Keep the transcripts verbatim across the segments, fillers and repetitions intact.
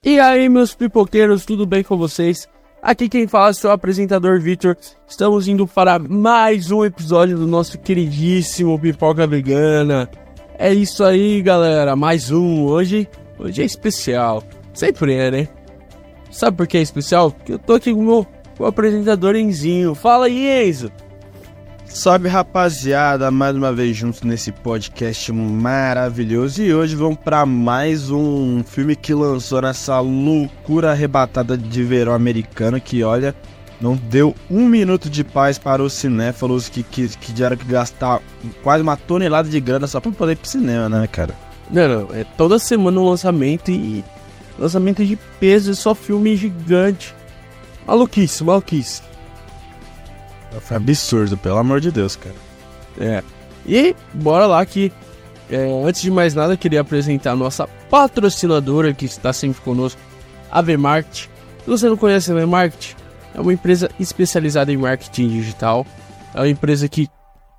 E aí, meus pipoqueiros, tudo bem com vocês? Aqui quem fala é o seu apresentador Victor. Estamos indo para mais um episódio do nosso queridíssimo Pipoca Vegana. É isso aí, galera, mais um. Hoje, hoje é especial. Sempre é, né? Sabe por que é especial? Porque eu tô aqui com o meu, com o apresentador Enzinho. Fala aí, Enzo. Salve, rapaziada, mais uma vez juntos nesse podcast maravilhoso. E hoje vamos para mais um filme que lançou nessa loucura arrebatada de verão americano, que, olha, não deu um minuto de paz para os cinéfilos que, que, que tiveram que gastar quase uma tonelada de grana só para poder ir pro cinema, né, cara? Não, não, é toda semana um lançamento e lançamento de peso, é só filme gigante. Maluquice, maluquice. Foi absurdo, pelo amor de Deus, cara. É. E bora lá que, é, antes de mais nada, eu queria apresentar a nossa patrocinadora que está sempre conosco, a VMarket. Se você não conhece a VMarket, é uma empresa especializada em marketing digital. É uma empresa que,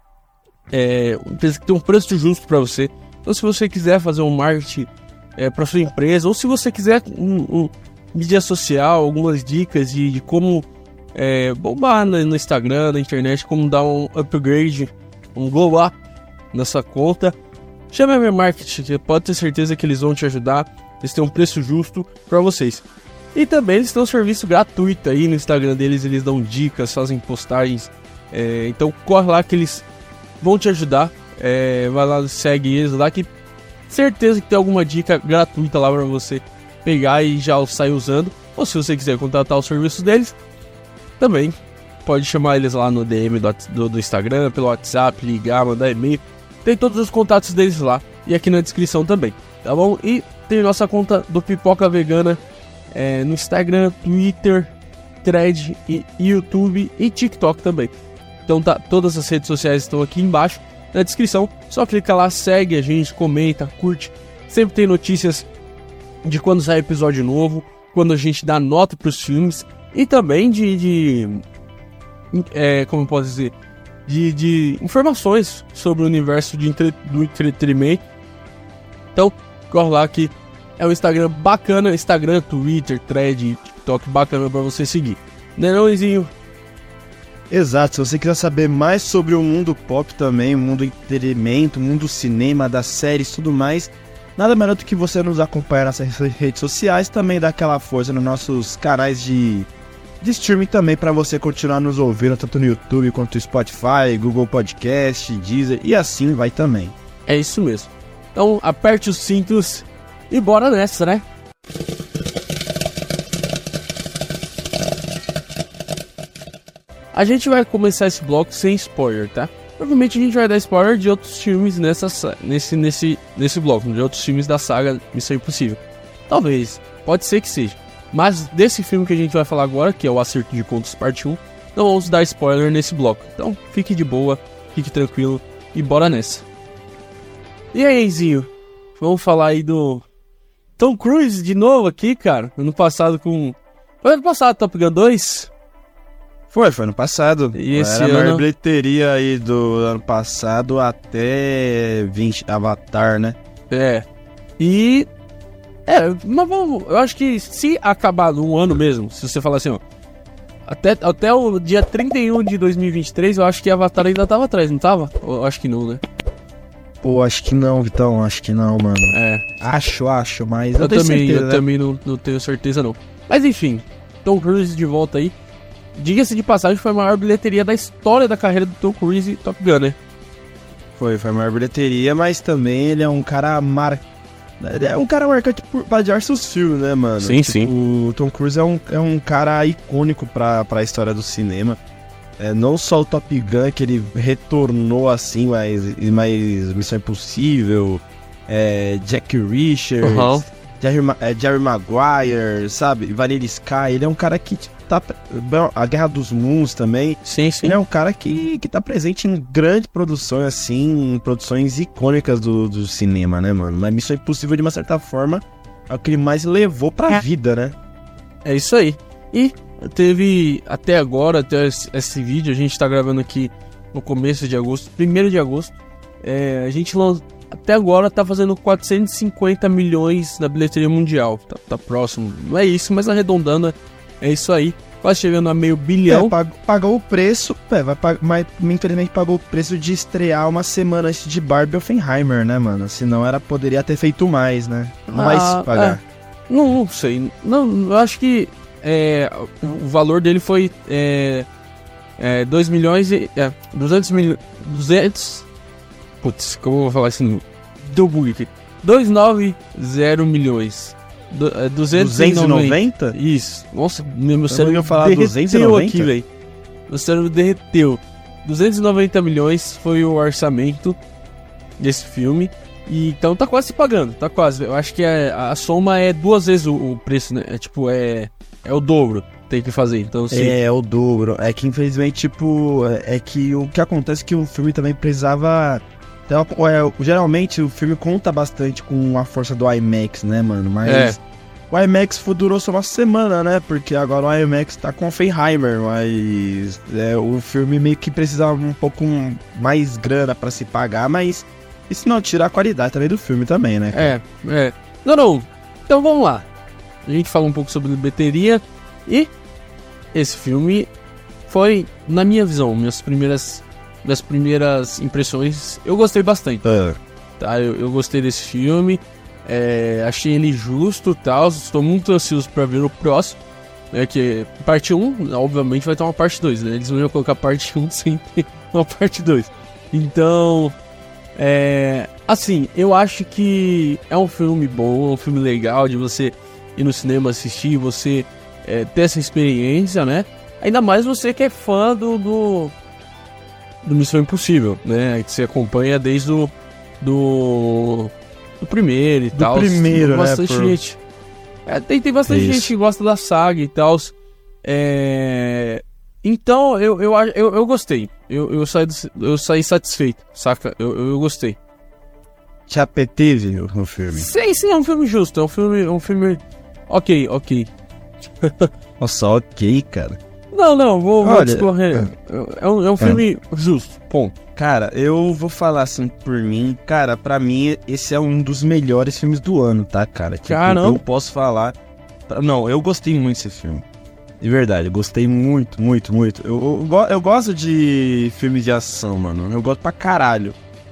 é, uma empresa que tem um preço justo para você. Então, se você quiser fazer um marketing é, para sua empresa, ou se você quiser um, um mídia social, algumas dicas de, de como É, bombar no, no Instagram, na internet, como dar um upgrade, um glow up nessa conta, chame a VMarket, que pode ter certeza que eles vão te ajudar. Eles têm um preço justo para vocês. E também eles têm um serviço gratuito aí no Instagram deles, eles dão dicas, fazem postagens, é, então corre lá que eles vão te ajudar. É, vai lá, segue eles lá, que certeza que tem alguma dica gratuita lá para você pegar e já sair usando. Ou se você quiser contratar os serviços deles, também pode chamar eles lá no D M do, do, do Instagram, pelo WhatsApp, ligar, mandar e-mail. Tem todos os contatos deles lá e aqui na descrição também, tá bom? E tem nossa conta do Pipoca Vegana é, no Instagram, Twitter, Thread, e YouTube e TikTok também. Então tá, todas as redes sociais estão aqui embaixo na descrição. Só clica lá, segue a gente, comenta, curte. Sempre tem notícias de quando sai episódio novo, quando a gente dá nota pros filmes. E também de, de é, como eu posso dizer, de, de informações sobre o universo de entre, do entretenimento. Então, corre lá que é um Instagram bacana, Instagram, Twitter, Thread, TikTok bacana pra você seguir. Né não, Izinho? Exato, se você quiser saber mais sobre o mundo pop também, o mundo do entretenimento, o mundo do cinema, das séries e tudo mais, nada melhor do que você nos acompanhar nas redes sociais, também dar aquela força nos nossos canais de... de streaming também, para você continuar nos ouvindo tanto no YouTube quanto no Spotify, Google Podcast, Deezer e assim vai também. É isso mesmo. Então aperte os cintos e bora nessa, né? A gente vai começar esse bloco sem spoiler, tá? Provavelmente a gente vai dar spoiler de outros filmes nessa, nesse, nesse, nesse bloco, de outros filmes da saga Missão Impossível. Talvez, pode ser que seja. Mas desse filme que a gente vai falar agora, que é o Acerto de Contas Parte um, não vamos dar spoiler nesse bloco. Então fique de boa, fique tranquilo e bora nessa. E aí, Enzinho? Vamos falar aí do Tom Cruise de novo aqui, cara. Ano passado com... Foi ano passado, Top Gun dois? Foi, foi ano passado. E esse Era a maior ano... bilheteria aí do ano passado até vinte Avatar, né? É. E... É, mas vamos, eu acho que se acabar no ano mesmo, se você falar assim, ó, até, até o dia trinta e um de dois mil e vinte e três, eu acho que Avatar ainda tava atrás, não tava? Eu acho que não, né? Pô, acho que não, Vitão, acho que não, mano. É. Acho, acho, mas eu, eu também, certeza, eu né? também não, não tenho certeza não. Mas enfim, Tom Cruise de volta aí. Diga-se de passagem, foi a maior bilheteria da história da carreira do Tom Cruise e Top Gun, né? Foi, foi a maior bilheteria, mas também ele é um cara marcado. É um cara marcante por diversos filmes, né, mano? Sim, tipo, sim. O Tom Cruise é um, é um cara icônico pra, pra história do cinema. É, não só o Top Gun, que ele retornou assim, mas, mas Missão Impossível, é, Jack Richards, Uhum. Jerry, é, Jerry Maguire, sabe? Vanilla Sky. Ele é um cara que tá... A Guerra dos Mundos também. Sim, sim. Ele é um cara que, que tá presente em grandes produções, assim, em produções icônicas do, do cinema, né, mano? Mas Missão Impossível, de uma certa forma, é o que ele mais levou pra vida, né? É isso aí. E teve, até agora, até esse, esse vídeo, a gente tá gravando aqui no começo de agosto, primeiro de agosto, é, a gente lan- até agora tá fazendo quatrocentos e cinquenta milhões na bilheteria mundial. Tá, tá próximo, não é isso, mas arredondando, é isso aí. Quase chegando a meio bilhão. É, pagou, pagou o preço, é, vai, mas infelizmente pagou o preço de estrear uma semana antes de Barbie e Oppenheimer, né, mano? Senão ela poderia ter feito mais, né? Não vai ah, se pagar. É, não, não sei. Não, eu acho que é, o valor dele foi é, é, dois milhões e... É, duzentos milhões... duzentos... Putz, como eu vou falar assim? Deu bug aqui. duzentos e noventa milhões. Do, é, duzentos e noventa? Isso. Nossa, meu cérebro falar derreteu aqui, velho. Meu cérebro derreteu. duzentos e noventa milhões foi o orçamento desse filme. E então tá quase se pagando, tá quase. Eu acho que a, a soma é duas vezes o, o preço, né? É tipo, é, é o dobro tem que fazer, então sim. É, é o dobro. É que infelizmente, tipo, é, é que o que acontece é que o filme também precisava... Então, é, geralmente o filme conta bastante com a força do IMAX, né, mano? Mas é. O IMAX durou só uma semana, né? Porque agora o IMAX tá com Oppenheimer, mas é, o filme meio que precisava um pouco mais grana pra se pagar, mas isso não tira a qualidade também do filme também, né? Cara? É, é. Não, não. Então vamos lá. A gente fala um pouco sobre bilheteria e esse filme foi, na minha visão, minhas primeiras... das primeiras impressões, eu gostei bastante. É. Tá, eu, eu gostei desse filme, é, achei ele justo e tal, estou muito ansioso para ver o próximo, né, que parte um, obviamente vai ter uma parte dois, né, eles vão colocar parte um sem ter uma parte dois. Então, é, assim, eu acho que é um filme bom, é um filme legal de você ir no cinema assistir, você é, ter essa experiência, né, ainda mais você que é fã do... do do Missão Impossível, né? Que você acompanha desde o do, do primeiro e tal. Do primeiro, tem bastante né? Por... gente. É, tem, tem bastante Isso. gente que gosta da saga e tal. É... Então, eu, eu, eu, eu gostei. Eu, eu, saí, eu saí satisfeito, saca? Eu, eu, eu gostei. Te apetece o filme? Sim, sim, é um filme justo. É um filme... É um filme... Ok, ok. Nossa, ok, cara. Não, não, vou, vou discorrer. É, é um, é um filme é. justo, ponto. Cara, eu vou falar assim por mim. Cara, pra mim, esse é um dos melhores filmes do ano, tá, cara? Tipo, Caramba. Eu posso falar... Não, eu gostei muito desse filme. De verdade, eu gostei muito, muito, muito. Eu, eu, eu gosto de filmes de ação, mano. Eu gosto pra caralho.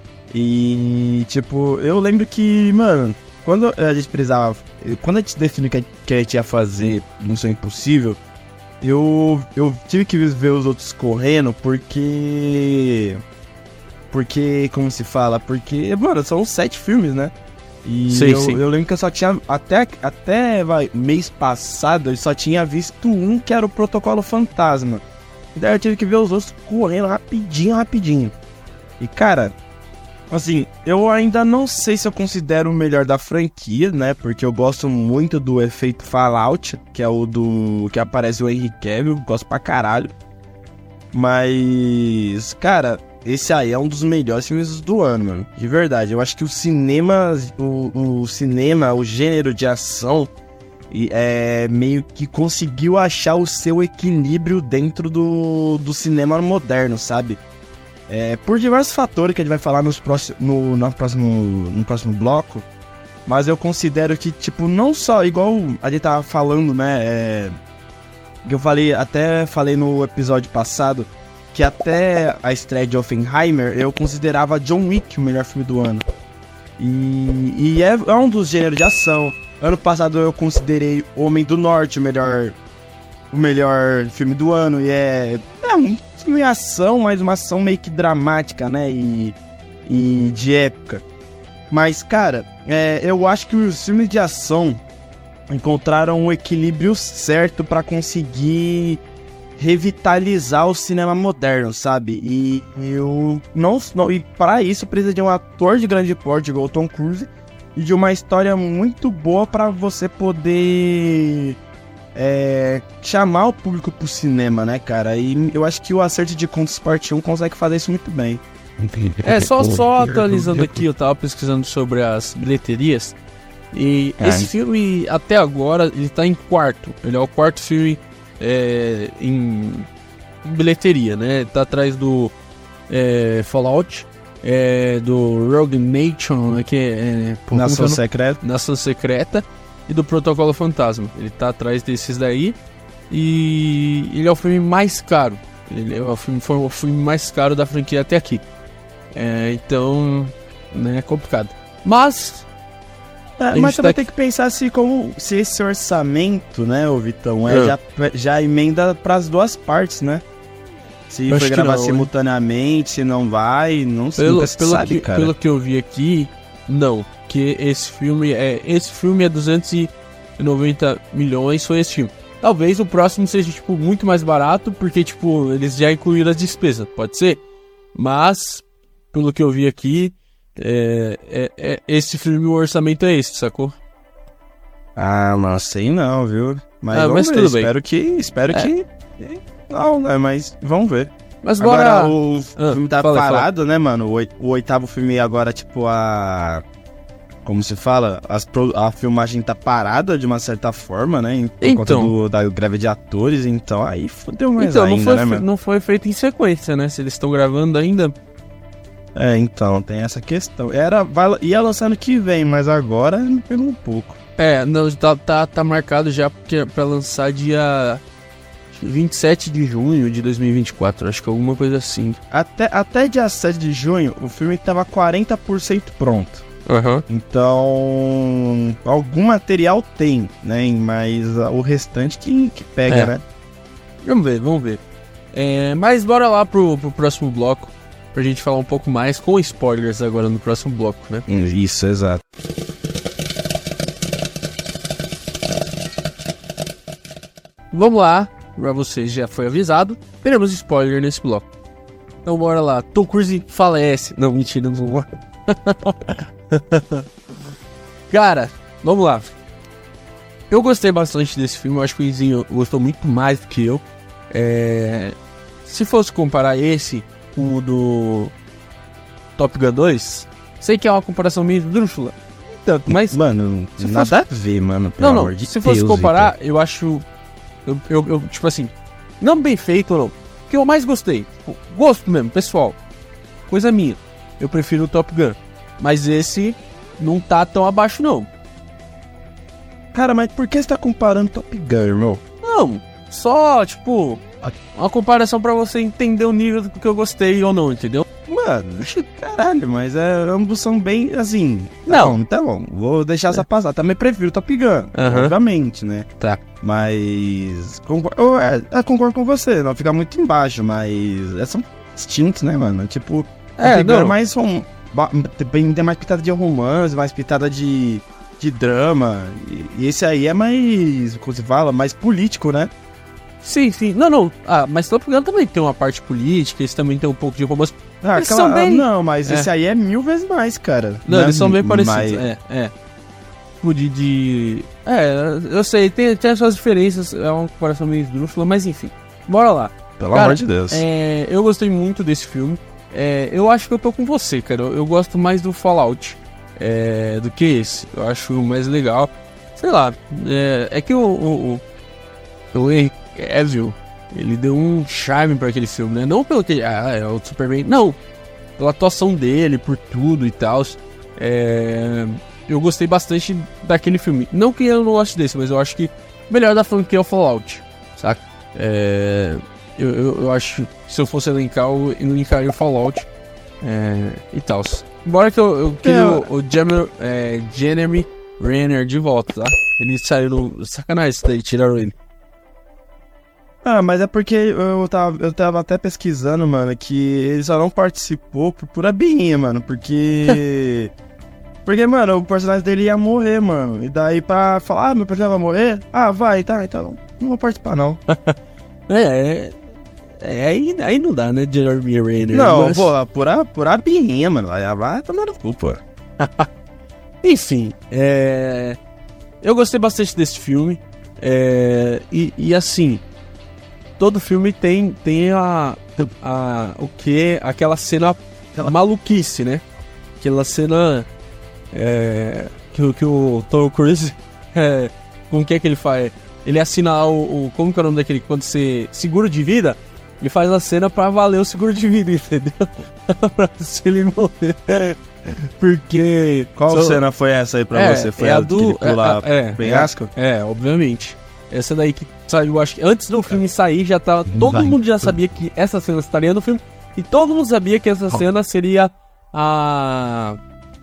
E, tipo, eu lembro que, mano, quando a gente precisava... Quando a gente definiu que a, que a gente ia fazer Missão Impossível... Eu, eu tive que ver os outros correndo porque... Porque, como se fala? Porque, mano, são sete filmes, né? E sim, eu, sim. eu lembro que eu só tinha... Até, até vai, mês passado, eu só tinha visto um que era o Protocolo Fantasma. E daí eu tive que ver os outros correndo rapidinho, rapidinho. E, cara... Assim, eu ainda não sei se eu considero o melhor da franquia, né? Porque eu gosto muito do efeito Fallout, que é o do... que aparece o Henry Cavill, gosto pra caralho. Mas, cara, esse aí é um dos melhores filmes do ano, mano. De verdade, eu acho que o cinema, o, o cinema, o gênero de ação, é, meio que conseguiu achar o seu equilíbrio dentro do, do cinema moderno, sabe? É, por diversos fatores que a gente vai falar nos próximos, no, no, próximo, no próximo bloco. Mas eu considero que, tipo, não só, igual a gente tava falando, né, é, que eu falei, até falei no episódio passado, que até a estreia de Oppenheimer, eu considerava John Wick o melhor filme do ano. E, e é, é um dos gêneros de ação. Ano passado eu considerei Homem do Norte o melhor, o melhor filme do ano, e é, é um filme de ação, mas uma ação meio que dramática, né, e, e de época. Mas, cara, é, eu acho que os filmes de ação encontraram o equilíbrio certo pra conseguir revitalizar o cinema moderno, sabe? E eu não, não e para isso precisa de um ator de grande porte igual o Tom Cruise e de uma história muito boa pra você poder é, chamar o público pro cinema, né, cara? E eu acho que o Acerto de Contas Parte um consegue fazer isso muito bem. É, só, só atualizando aqui, eu tava pesquisando sobre as bilheterias. E é. esse filme, até agora, ele tá em quarto. Ele é o quarto filme é, em bilheteria, né? Tá atrás do é, Fallout, é, do Rogue Nation, que é... Pô, Nação como que é o Secreta. nome? Nação Secreta e do Protocolo Fantasma. Ele tá atrás desses daí e ele é o filme mais caro. Ele é o filme, foi o filme mais caro da franquia até aqui. É, então, né, é complicado. Mas... É, mas você vai ter que pensar se, como, se esse orçamento, né, ô Vitão, é, É. Já, já emenda pras duas partes, né? Se Eu foi acho que gravar não, simultaneamente, se não vai, não sei, Pelo, nunca se pelo, sabe, que, cara. pelo que eu vi aqui, não. Que esse filme é. Esse filme é duzentos e noventa milhões, foi esse filme. Talvez o próximo seja, tipo, muito mais barato, porque, tipo, eles já incluíram as despesas, pode ser? Mas, pelo que eu vi aqui, é, é, é, esse filme, o orçamento é esse, sacou? Ah, não sei não, viu? Mas, Ah, vamos mas ver, tudo bem. espero que... Espero É. que... Não, né, mas vamos ver. Mas bora... Agora, o Ah, filme tá fala aí, parado, né, mano? O, oi- o oitavo filme agora, tipo, a... Como se fala? As pro- A filmagem tá parada de uma certa forma, né? em- Por Então. conta do- da greve de atores, então aí fodeu mais Então, ainda, não foi, né, fe- mano? não foi feito em sequência, né? Se eles estão gravando ainda... É, então, tem essa questão. Era, vai, ia lançar ano que vem, mas agora pegou um pouco. É, não, tá, tá, tá marcado já porque, pra lançar dia vinte e sete de junho de dois mil e vinte e quatro, acho que alguma coisa assim. Até, até dia sete de junho, o filme tava quarenta por cento pronto. Aham. Então, algum material tem, né? Mas ah, o restante que, que pega, É. né? Vamos ver, vamos ver. É, mas bora lá pro, pro próximo bloco, pra gente falar um pouco mais com spoilers agora no próximo bloco, né? Isso, exato. Vamos lá, pra vocês já foi avisado, teremos spoiler nesse bloco. Então bora lá, Tom Cruise falece. Não, mentira, não vou. Cara, vamos lá. Eu gostei bastante desse filme, eu acho que o Izinho gostou muito mais do que eu. É... Se fosse comparar esse com o do Top Gun dois, sei que é uma comparação meio esdrúxula, tanto, mas... Mano, se nada a ver, mano. Pelo Não, não, amor de se fosse Deus, comparar, eu acho... Eu, eu, eu, tipo assim, não bem feito ou não. O que eu mais gostei, tipo, gosto mesmo, pessoal, coisa minha, eu prefiro o Top Gun. Mas esse não tá tão abaixo, não. Vitor. Cara, mas por que você tá comparando Top Gun, irmão? Não, só, tipo, uma comparação pra você entender o nível do que eu gostei ou não, entendeu? Mano, caralho, mas é, ambos são bem, assim... Tá Não. bom, tá bom, vou deixar essa passar. Também prefiro Top Gun, Aham. obviamente, né? Tá. Mas... Concordo, eu, é, eu concordo com você, não fica muito embaixo, mas... É, são distintos, né, mano? Tipo, É, Top Gun não. é mais um... ba- Tem tem mais pitada de romance, mais pitada de... De drama. E, e esse aí é mais... Como se fala? Mais político, né? Sim, sim. Não, não. Ah, mas Top Gun também tem uma parte política, esse também tem um pouco de romance. Ah, Eles aquela- são bem- Não, mas É. esse aí é mil vezes mais, cara. Não, Né? eles são bem parecidos. Mas- É, é. Tipo de, de. É, eu sei, tem, tem as suas diferenças, é uma comparação meio esdrúxula, mas enfim. Bora lá. Pelo Cara, amor de Deus. É, eu gostei muito desse filme. É, eu acho que eu tô com você, cara. Eu, eu gosto mais do Fallout é, do que esse. Eu acho mais legal. Sei lá. É, é que o, o, o, o Henry Cavill, ele deu um charme pra aquele filme, né? Não pelo que. Ah, é o Superman. Não. Pela atuação dele, por tudo e tal. É, eu gostei bastante daquele filme. Não que eu não goste desse, mas eu acho que o melhor da franquia é o Fallout, saca? É, eu, eu, eu acho que se eu fosse elencar, eu elencaria o Fallout é, e tal. Embora que eu, eu queria É, o, o Jeremy, é, Jeremy Renner de volta, tá? Ele saiu no... Sacanagem isso daí, tiraram ele. Ah, mas é porque eu tava, eu tava até pesquisando, mano, que ele só não participou por pura birrinha, mano, porque... porque, mano, o personagem dele ia morrer, mano, e daí pra falar, ah, meu personagem vai morrer? Ah, vai, tá, então não vou participar, não. É, é... é aí, aí não dá, né, Jeremy Renner? Não, mas- pô, pura, pura birrinha, mano, aí vai tomar no cu, pô. Enfim, é... eu gostei bastante desse filme. É... E, e assim, todo filme tem, tem a, a. O que? Aquela cena maluquice, né? Aquela cena. É... Que, o- que o Tom Cruise. É... Como que é que ele faz? Ele assina o, o. Como que é o nome daquele? Quando você. Seguro de vida. ele faz a cena pra valer o seguro de vida, entendeu? Pra se ele morrer. Porque... Qual só... cena foi essa aí pra é, você? Foi é a a do... pular é, é, penhasco? É, é, obviamente. Essa daí que saiu, acho que antes do filme sair, já tava... Todo Vai. mundo já sabia que essa cena estaria no filme. E todo mundo sabia que essa cena seria a...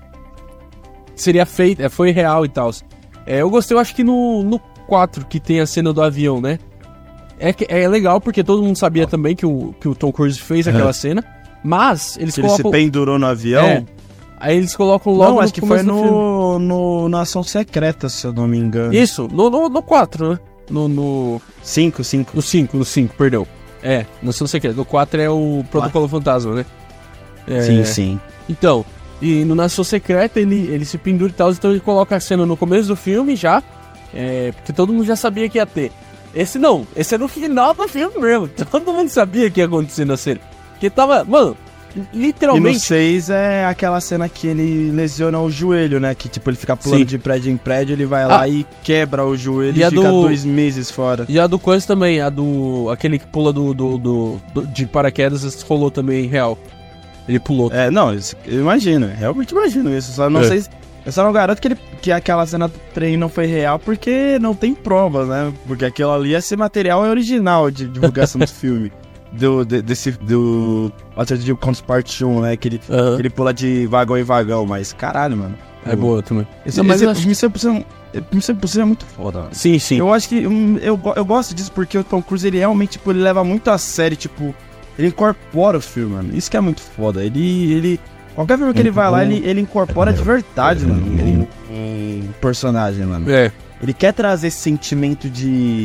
Seria feita, foi real e tal. É, eu gostei, eu acho que no, no quatro, que tem a cena do avião, né? É, que, é legal porque todo mundo sabia também que o, que o Tom Cruise fez aquela é. cena. Mas eles que colocam... ele se pendurou no avião? É, aí eles colocam logo não, no acho que foi começo do filme. no, no, na Ação Secreta, se eu não me engano. Isso, no, no, no quatro, né? No... no... cinco, cinco. No cinco, no cinco, perdão. É, não sei o que. No quatro é o Protocolo Fantasma, né? É, Sim, sim. Então, e no Nação Secreta ele, ele se pendura e tal, então ele coloca a cena no começo do filme já, é, porque todo mundo já sabia que ia ter. Esse não, esse é no final do filme mesmo, todo mundo sabia que ia acontecer na cena. Porque tava, mano, literalmente... E no seis é aquela cena que ele lesiona o joelho, né? Que tipo, ele fica pulando Sim. de prédio em prédio, ele vai lá Ah. e quebra o joelho E e, a fica do- dois meses fora. E a do coisa também, a do... aquele que pula do, do, do, do- de paraquedas rolou também real. Ele pulou. É, não, isso- eu imagino, realmente imagino isso. Só não É. sei. se- Eu só não garanto que, ele, que aquela cena do trem não foi real porque não tem provas, né? Porque aquilo ali ia ser material original de divulgação do filme. Do, de, desse, do Alternative Counts Part um, né? Que ele, Aham. que ele pula de vagão em vagão, mas caralho, mano. É boa também. Esse, Não, mas esse, eu acho- Missão Impossível, Missão Impossível é muito foda, mano. Sim, sim. Eu acho que hum, eu, go- eu gosto disso porque o Tom Cruise, ele realmente, tipo, ele leva muito a sério, tipo, ele incorpora o filme, mano. Isso que é muito foda. Ele, ele, qualquer filme que ele vai lá, ele, ele incorpora de verdade, mano, um, um personagem, mano. É. Ele quer trazer esse sentimento de,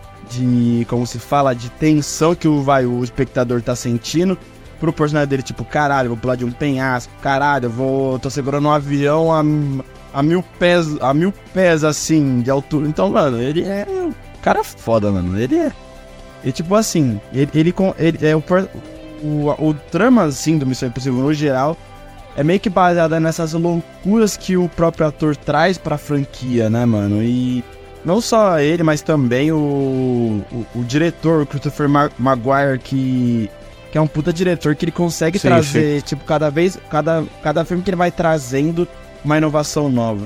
de, como se fala, de tensão que o, vai, o espectador tá sentindo pro personagem dele, tipo, caralho, eu vou pular de um penhasco, caralho, eu vou, tô segurando um avião a, a mil pés, a mil pés, assim, de altura. Então, mano, ele é um cara foda, mano, ele é... E tipo assim, ele, ele, com- ele é o, per- o, o trama, assim, do Missão Impossível no geral é meio que baseada nessas loucuras que o próprio ator traz pra franquia, né, mano? E não só ele, mas também o, o, o diretor, o Christopher Mar- Maguire, que, que é um puta diretor, que ele consegue Sim, trazer, tipo, cada vez, cada, cada filme que ele vai trazendo uma inovação nova.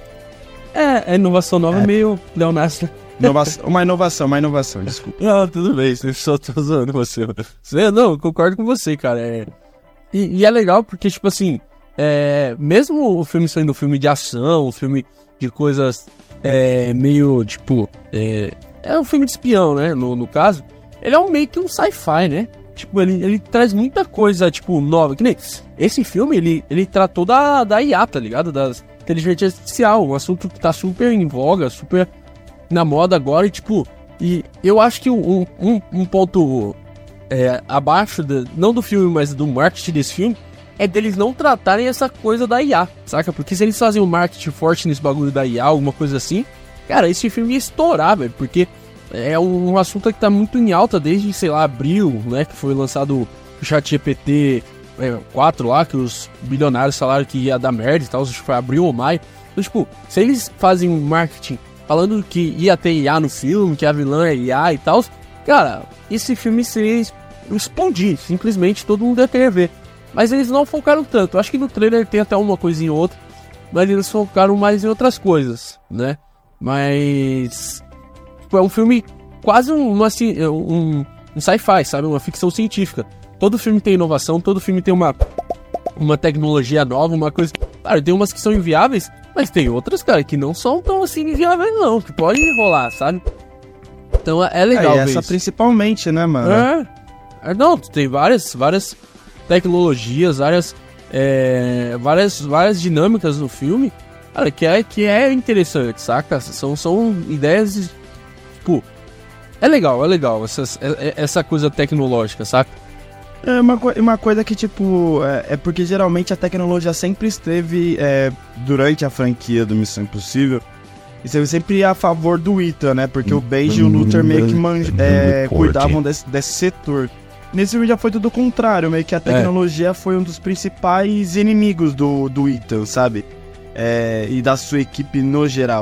É, a inovação nova é É. meio Leonardo. Inovação, uma inovação, uma inovação, desculpa. Não, tudo bem, eu só tô zoando você. Você- Não, eu concordo com você, cara. É... E, e é legal porque, tipo assim, é... mesmo o filme sendo um filme de ação, um filme de coisas é, meio, tipo... É... é um filme de espião, né, no, no caso. Ele é um, meio que um sci-fi, né? Tipo, ele, ele traz muita coisa, tipo, nova. Que nem esse filme, ele, ele tratou da, da I A, tá ligado? Da inteligência artificial, um assunto que tá super em voga, super... na moda agora, e tipo, e eu acho que um, um, um ponto é, abaixo, de, não do filme, mas do marketing desse filme, é deles não tratarem essa coisa da I A, saca? Porque se eles fazem um marketing forte nesse bagulho da I A, alguma coisa assim, cara, esse filme ia estourar, velho, porque é um, um assunto que tá muito em alta desde, sei lá, abril, né, que foi lançado o ChatGPT é, quatro lá, que os bilionários falaram que ia dar merda e tal, acho que foi abril ou maio. Então, tipo, se eles fazem um marketing falando que ia ter I A no filme, que a vilã é I A e tal, cara, esse filme seria explodir, simplesmente todo mundo ia querer ver. Mas eles não focaram tanto, acho que no trailer tem até uma coisinha ou outra, mas eles focaram mais em outras coisas, né? Mas tipo, é um filme quase um, uma, assim, um, um sci-fi, sabe? Uma ficção científica. Todo filme tem inovação, todo filme tem uma, uma tecnologia nova, uma coisa... Claro, tem umas que são inviáveis, mas tem outras, cara, que não são tão assim inviáveis não, que pode rolar, sabe? Então é legal É, e ver essa isso. principalmente, né, mano? É, é, não, tem várias, várias tecnologias, várias, é, várias, várias dinâmicas no filme, cara, que é, que é interessante, saca? São, são ideias, tipo, é legal, é legal, essas, é- é- essa coisa tecnológica, saca? É uma, coi- uma coisa que, tipo, é, é porque geralmente a tecnologia sempre esteve, é, durante a franquia do Missão Impossível, esteve sempre a favor do Ethan, né? Porque o Beige e o Luther meio que manj- é, cuidavam desse, desse setor. Nesse filme já foi tudo o contrário, meio que a tecnologia foi um dos principais inimigos do, do Ethan, sabe? É, e da sua equipe no geral.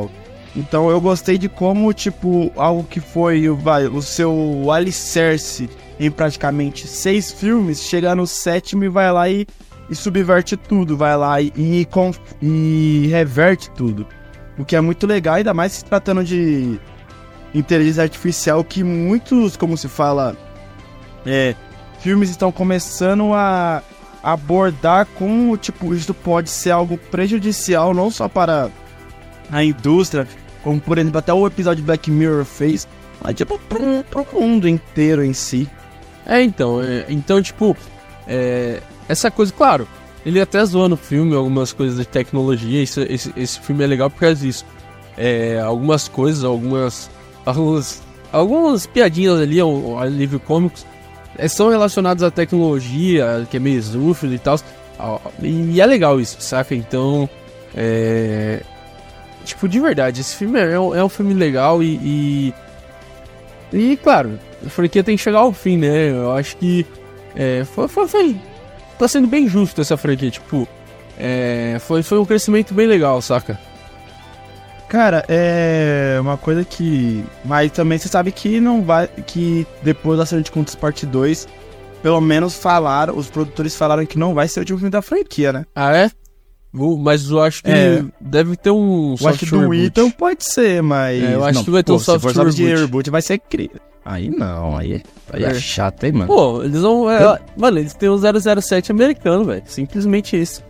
Então eu gostei de como, tipo, algo que foi vai, o seu alicerce em praticamente seis filmes, chegar no sétimo e vai lá e, e subverte tudo, vai lá e, e, com, e reverte tudo. O que é muito legal, ainda mais se tratando de inteligência artificial, que muitos, como se fala, é, filmes estão começando a abordar com, tipo, isso pode ser algo prejudicial, não só para a indústria, como por exemplo até o episódio de Black Mirror fez, mas tipo pro, pro mundo inteiro em si. É, então, é, então tipo, é, essa coisa, claro, ele até zoa no filme algumas coisas de tecnologia, isso, esse, esse filme é legal por causa disso. É, algumas coisas, algumas, algumas, algumas piadinhas ali, ao, ao alívio cômicos, é, são relacionadas à tecnologia, que é meio esdrúxulo e tal, e é legal isso, saca? Então, é... tipo, de verdade, esse filme é um, é um filme legal e, e... E, claro, a franquia tem que chegar ao fim, né? Eu acho que... É, foi, foi, foi... Tá sendo bem justo essa franquia, tipo... É, foi, foi um crescimento bem legal, saca? Cara, é uma coisa que... Mas também você sabe que não vai... Que depois da Acerto de Contas Parte dois, pelo menos falaram... Os produtores falaram que não vai ser o último filme da franquia, né? Ah, é? Mas eu acho que é. deve ter um eu acho que do Ethan pode ser, mas... É, eu acho não, que vai ter pô, um soft se for reboot. de reboot vai ser cri... Aí não, aí, aí é. é chato, hein, mano? Pô, eles vão... É, eu... Mano, eles têm o zero zero sete americano, velho. Simplesmente isso.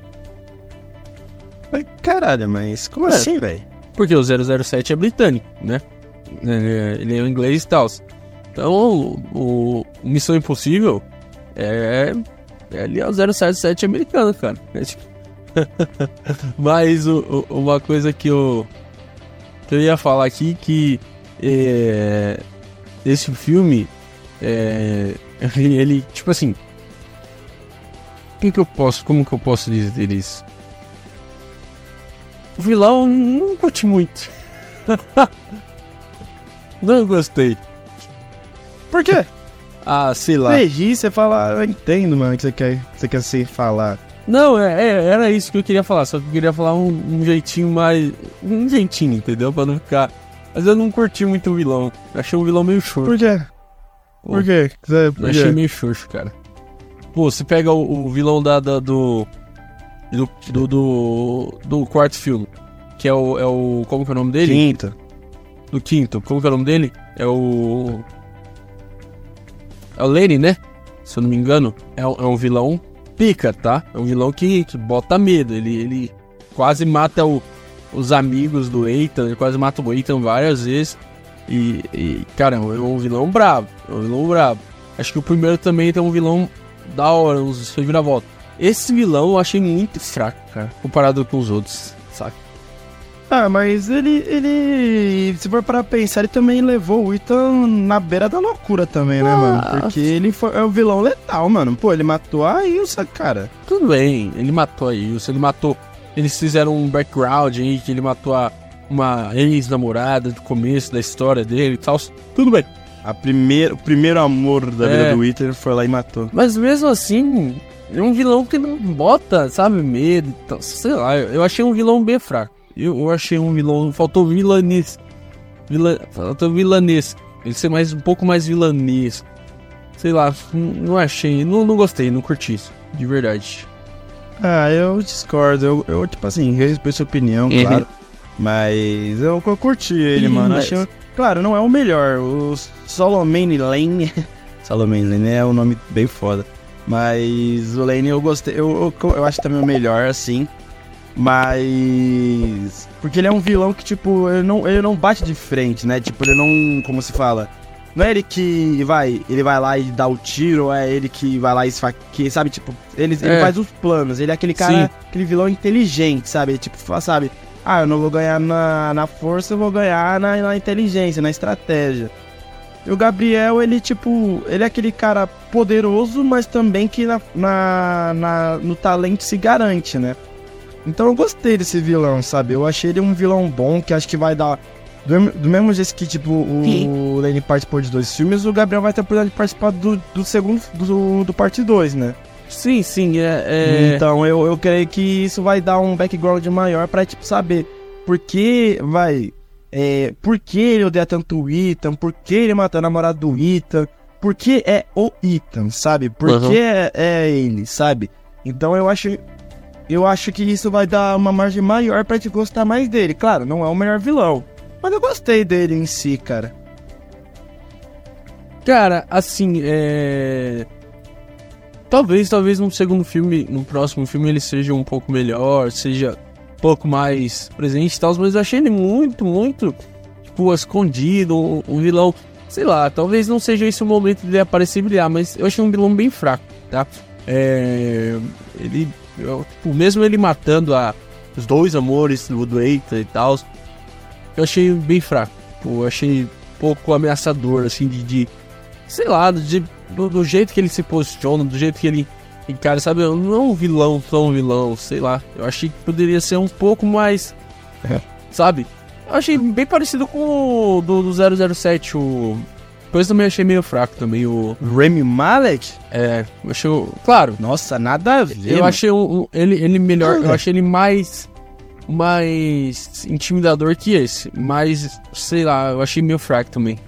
Caralho, mas como é. assim, velho? Porque o zero zero sete é britânico, né? Ele é em inglês e tal. Então, o, o Missão Impossível é... É ali é o zero zero sete americano, cara. É tipo... Mas o, o, uma coisa que eu, que eu ia falar aqui, que é, esse filme, é, ele, ele, tipo assim, que que eu posso, como que eu posso dizer isso? O vilão não curti muito. Não gostei. Por quê? Ah, sei lá. Perdi, você fala, eu entendo, mano, que você quer, você quer se falar. Não, é, é, era isso que eu queria falar, só que eu queria falar um, um jeitinho mais... Um jeitinho, entendeu? Pra não ficar... Mas eu não curti muito o vilão. Eu achei o vilão meio xoxo. Por quê? Pô, Por quê? Por eu quê? achei meio xoxo, cara. Pô, você pega o, o vilão da, da, do, do, do... Do... Do quarto filme. Que é o... É o como que é o nome dele? Quinto. Do quinto. Como que é o nome dele? É o... É o Lenny, né? Se eu não me engano. É, é um vilão... pica, tá? É um vilão que, que bota medo. Ele, ele quase mata o, os amigos do Ethan. Ele quase mata o Ethan várias vezes. E, e cara, é um vilão brabo. É um vilão brabo. Acho que o primeiro também tem um vilão da hora, uns reviravolta. Esse vilão eu achei muito fraco, cara, comparado com os outros, saca? Ah, mas ele, ele, se for para pensar, ele também levou o Ethan na beira da loucura também, né, ah, mano? Porque ele foi, é o vilão letal, mano. Pô, ele matou a Ilsa, cara. Tudo bem, ele matou a Ilsa, ele matou... Eles fizeram um background aí, que ele matou a, uma ex-namorada do começo da história dele e tal. Tudo bem. A primeira, o primeiro amor da é. vida do Ethan foi lá e matou. Mas mesmo assim, é um vilão que não bota, sabe, medo e tal. Sei lá, eu achei um vilão bem fraco. Eu, eu achei um vilão... Faltou vilanês. Vila, faltou vilanês. Ele ser mais, um pouco mais vilanês. Sei lá, não achei... Não, não gostei, não curti isso. De verdade. Ah, eu discordo. Eu, eu tipo assim, respeito sua opinião, uhum. claro. Mas eu, eu curti ele, Ih, mano. Mas... Achei, claro, não é o melhor. O Solomon Lane... Solomon Lane é um nome bem foda. Mas o Lane eu gostei. Eu, eu, eu acho também o melhor, assim... Mas... Porque ele é um vilão que, tipo, ele não, ele não bate de frente, né? Tipo, ele não... Como se fala? Não é ele que vai... Ele vai lá e dá o tiro, ou é ele que vai lá e esfaqueia, sabe? Tipo, ele, é. ele faz os planos. Ele é aquele cara... Sim. Aquele vilão inteligente, sabe? Ele, tipo, sabe? Ah, eu não vou ganhar na, na força, eu vou ganhar na, na inteligência, na estratégia. E o Gabriel, ele, tipo... Ele é aquele cara poderoso, mas também que na, na, na, no talento se garante, né? Então eu gostei desse vilão, sabe? Eu achei ele um vilão bom, que acho que vai dar... Do, do mesmo jeito que, tipo, o Lane participou de dois filmes, o Gabriel vai ter a oportunidade de participar do, do segundo, do, do parte dois, né? Sim, sim, é... é... Então eu, eu creio que isso vai dar um background maior pra, tipo, saber por que, vai, é, por que ele odeia tanto o Ethan, por que ele matou a namorada do Ethan, por que é o Ethan, sabe? Por Uhum. que é, é ele, sabe? Então eu acho, eu acho que isso vai dar uma margem maior pra te gostar mais dele. Claro, não é o melhor vilão, mas eu gostei dele em si, cara. Cara, assim, é... Talvez, talvez no segundo filme, no próximo filme ele seja um pouco melhor, seja um pouco mais presente e tal, mas eu achei ele muito, muito, tipo, escondido, um, um vilão, sei lá, talvez não seja esse o momento dele aparecer e brilhar, mas eu achei um vilão bem fraco, tá? É... Ele, eu, tipo, mesmo ele matando a, os dois amores do, do Ethan e tal, eu achei bem fraco, tipo, eu achei um pouco ameaçador, assim, de... de sei lá, de, do, do jeito que ele se posiciona, do jeito que ele encara, sabe? Não é um vilão tão vilão, sei lá. Eu achei que poderia ser um pouco mais, É. sabe? Eu achei bem parecido com o do, do zero zero sete, o... Depois também achei meio fraco também, o... Rami Malek? É, eu achei, o- claro, Nossa, nada a ver. eu mano. achei um, um- ele, ele melhor, Ah, eu achei ele mais... mais intimidador que esse, mas, sei lá, eu achei meio fraco também.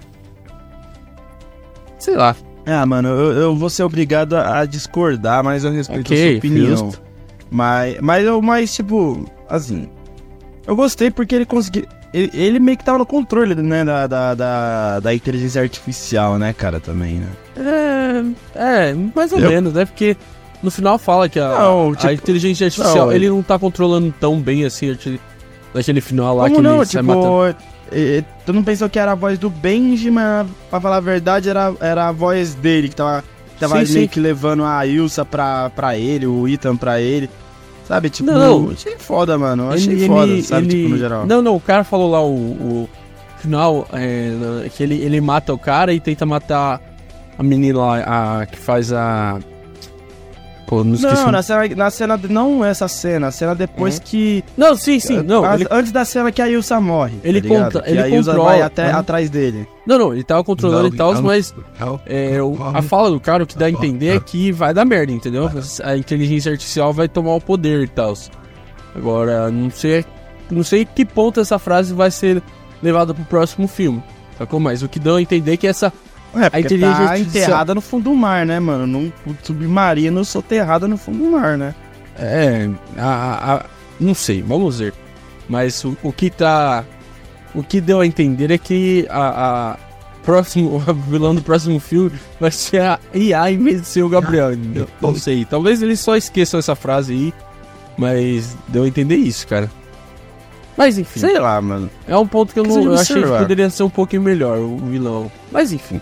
Sei lá. Ah, mano, eu, eu vou ser obrigado a, a discordar, mas eu respeito Ok, a sua opinião. justo. Mas, mas eu, mais, tipo, assim, eu gostei porque ele conseguiu, ele, ele meio que tava no controle, né, da, da, da, da inteligência artificial, né, cara, também, né? É, é, mais ou Eu- menos, né? Porque no final fala que a, Não, a tipo, inteligência artificial, não, ele não tá controlando tão bem assim, aquele- naquele final lá Como que não, ele sai tipo, matando. eh, tu não pensou que era a voz do Benji, mas pra falar a verdade era, era a voz dele que tava, que tava Sim, meio sim. que levando a Ilsa pra, pra ele, o Ethan pra ele, sabe, tipo, Não, não. achei foda, mano, eu achei Ele- foda, ele- sabe, ele- tipo, no geral. Não, não, o cara falou lá o, o final, é, na- que ele, ele mata o cara e tenta matar a menina lá, a que faz a... Pô, não esqueci. Não, na cena, na cena, não essa cena, a cena depois Uhum. que... Não, sim, sim, não, a- ele, Antes da cena que a Ilsa morre, Ele tá ligado? conta- Que ele a Ilsa controla, vai até né? atrás dele. não, não, ele tava controlando e tal, Não, mas não, é, o- a fala do cara, o que dá a entender é que vai dar merda, entendeu? A inteligência artificial vai tomar o poder e tal. Agora, não sei, não sei que ponto essa frase vai ser levada pro próximo filme, sacou? Mas o que dá a entender é que essa... É, porque inteligência tá artificial- enterrada no fundo do mar, né, mano? Num submarino soterrada no fundo do mar, né? É, a, a- a- não sei, vamos ver. Mas o, o que tá... O que deu a entender é que a, a próximo, o vilão do próximo filme vai ser a I A em vez de ser o Gabriel, entendeu? Não sei, talvez eles só esqueçam essa frase aí, mas deu a entender isso, cara. Mas enfim, Sei lá, mano. é um ponto que eu, não, Precisa eu achei que observar. poderia ser um pouquinho melhor, o vilão. Mas enfim.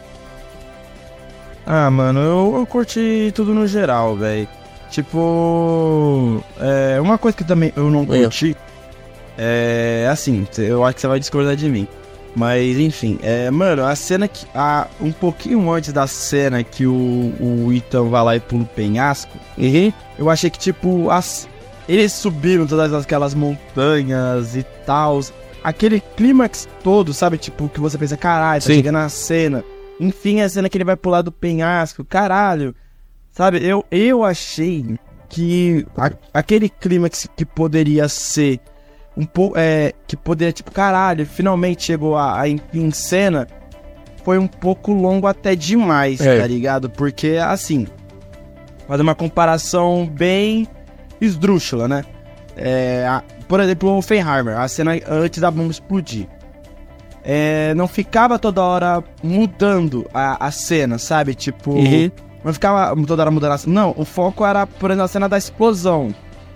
Ah, mano, eu, eu curti tudo no geral, velho. Tipo, é, uma coisa que também eu não Eu. curti é assim, eu acho que você vai discordar de mim. Mas enfim, é, mano, a cena que. A, um pouquinho antes da cena que o, o Ethan vai lá e pula o penhasco, eu achei que, tipo, as, eles subiram todas aquelas montanhas e tal. Aquele clímax todo, sabe? Tipo, que você pensa, caralho, tá Sim. chegando a cena. Enfim, a cena que ele vai pular do penhasco, caralho. Sabe, eu, eu achei que a- aquele clímax que poderia ser um pouco, é, que poderia, tipo, caralho, finalmente chegou a, a enfim cena, foi um pouco longo até demais, É. tá ligado? Porque, assim, fazer uma comparação bem esdrúxula, né? É, a- por exemplo, o Oppenheimer, a cena antes da bomba explodir. É, não ficava toda hora mudando a, a cena, sabe? Tipo, Uhum. não ficava toda hora mudando a cena. Não, o foco era, por exemplo, a cena da explosão.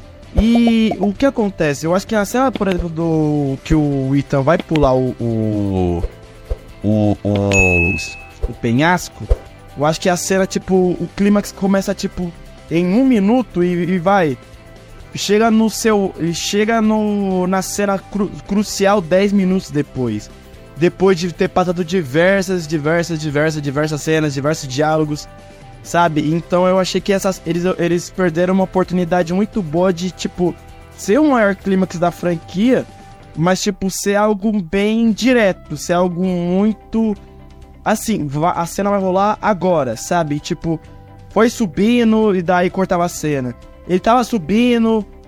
E o que acontece? Eu acho que a cena, por exemplo, do que o Ethan vai pular o o, o, o, o penhasco, eu acho que a cena, tipo, o clímax começa, tipo, em um minuto e, e vai. Chega no seu. Chega no, na cena cru, crucial dez minutos depois. Depois de ter passado diversas, diversas, diversas, diversas cenas, diversos diálogos, sabe? Então eu achei que essas, eles, eles perderam uma oportunidade muito boa de, tipo, ser o maior clímax da franquia, mas, tipo, ser algo bem direto, ser algo muito... Assim, va- a cena vai rolar agora, sabe? Tipo, foi subindo e daí cortava a cena. Ele tava subindo,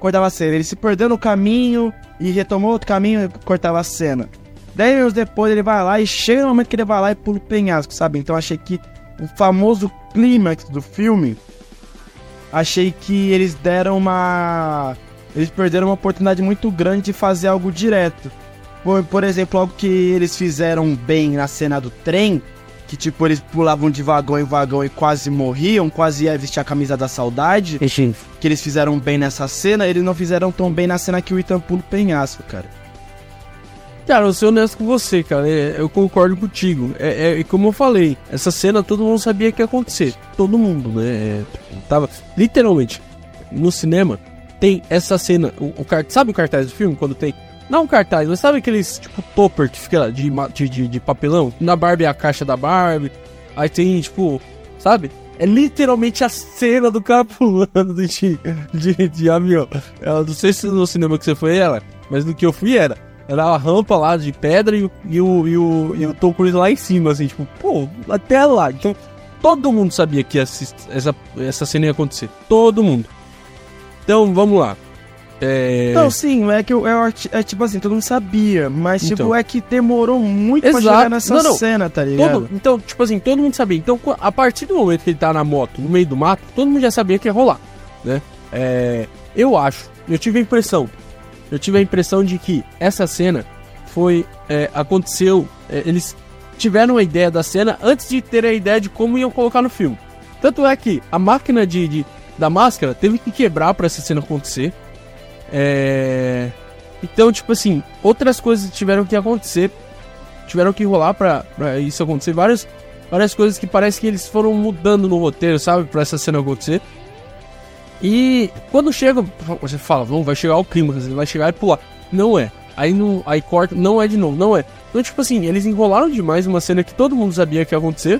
cortava a cena. Ele se perdeu no caminho e retomou outro caminho e cortava a cena. Dez minutos depois ele vai lá e chega no momento que ele vai lá e pula o penhasco, sabe? Então achei que o famoso clímax do filme, achei que eles deram uma... Eles perderam uma oportunidade muito grande de fazer algo direto. Por, por exemplo, algo que eles fizeram bem na cena do trem, que tipo, eles pulavam de vagão em vagão e quase morriam, quase ia vestir a camisa da saudade, que eles fizeram bem nessa cena, eles não fizeram tão bem na cena que o Ethan pula o penhasco, cara. Cara, eu sou honesto com você, cara, é, eu concordo contigo. É, é como eu falei, essa cena todo mundo sabia que ia acontecer. Todo mundo, né? É, tava, literalmente, no cinema, tem essa cena. O, o, sabe o cartaz do filme? Quando tem. Não um cartaz, mas sabe aqueles tipo topper que fica de, de, de, de papelão? Na Barbie é a caixa da Barbie. Aí tem, tipo, sabe? É literalmente a cena do cara pulando de, de, de avião. Eu não sei se no cinema que você foi ela, mas no que eu fui era. Era a rampa lá de pedra e o, e o, e o, e o Tom Cruise lá em cima, assim, tipo, pô, até lá. Então, todo mundo sabia que essa, essa, essa cena ia acontecer. Todo mundo. Então, vamos lá. É... Não, sim, é que eu, é, é tipo assim, todo mundo sabia, mas tipo, então, é que demorou muito exato, pra chegar nessa não, não, cena, tá ligado? Todo, então, tipo assim, todo mundo sabia. Então, a partir do momento que ele tá na moto, no meio do mato, todo mundo já sabia que ia rolar, né? É, eu acho, eu tive a impressão, eu tive a impressão de que essa cena foi, é, aconteceu, é, eles tiveram a ideia da cena antes de ter a ideia de como iam colocar no filme. Tanto é que a máquina de, de, da máscara teve que quebrar pra essa cena acontecer. É... Então, tipo assim, outras coisas tiveram que acontecer, tiveram que rolar pra, pra isso acontecer. Várias, várias coisas que parece que eles foram mudando no roteiro, sabe? Pra essa cena acontecer. E quando chega, você fala, vamos, vai chegar o clima, ele vai chegar e pular. Não é. Aí, não, aí corta, não é de novo, não é. Então, tipo assim, eles enrolaram demais uma cena que todo mundo sabia que ia acontecer.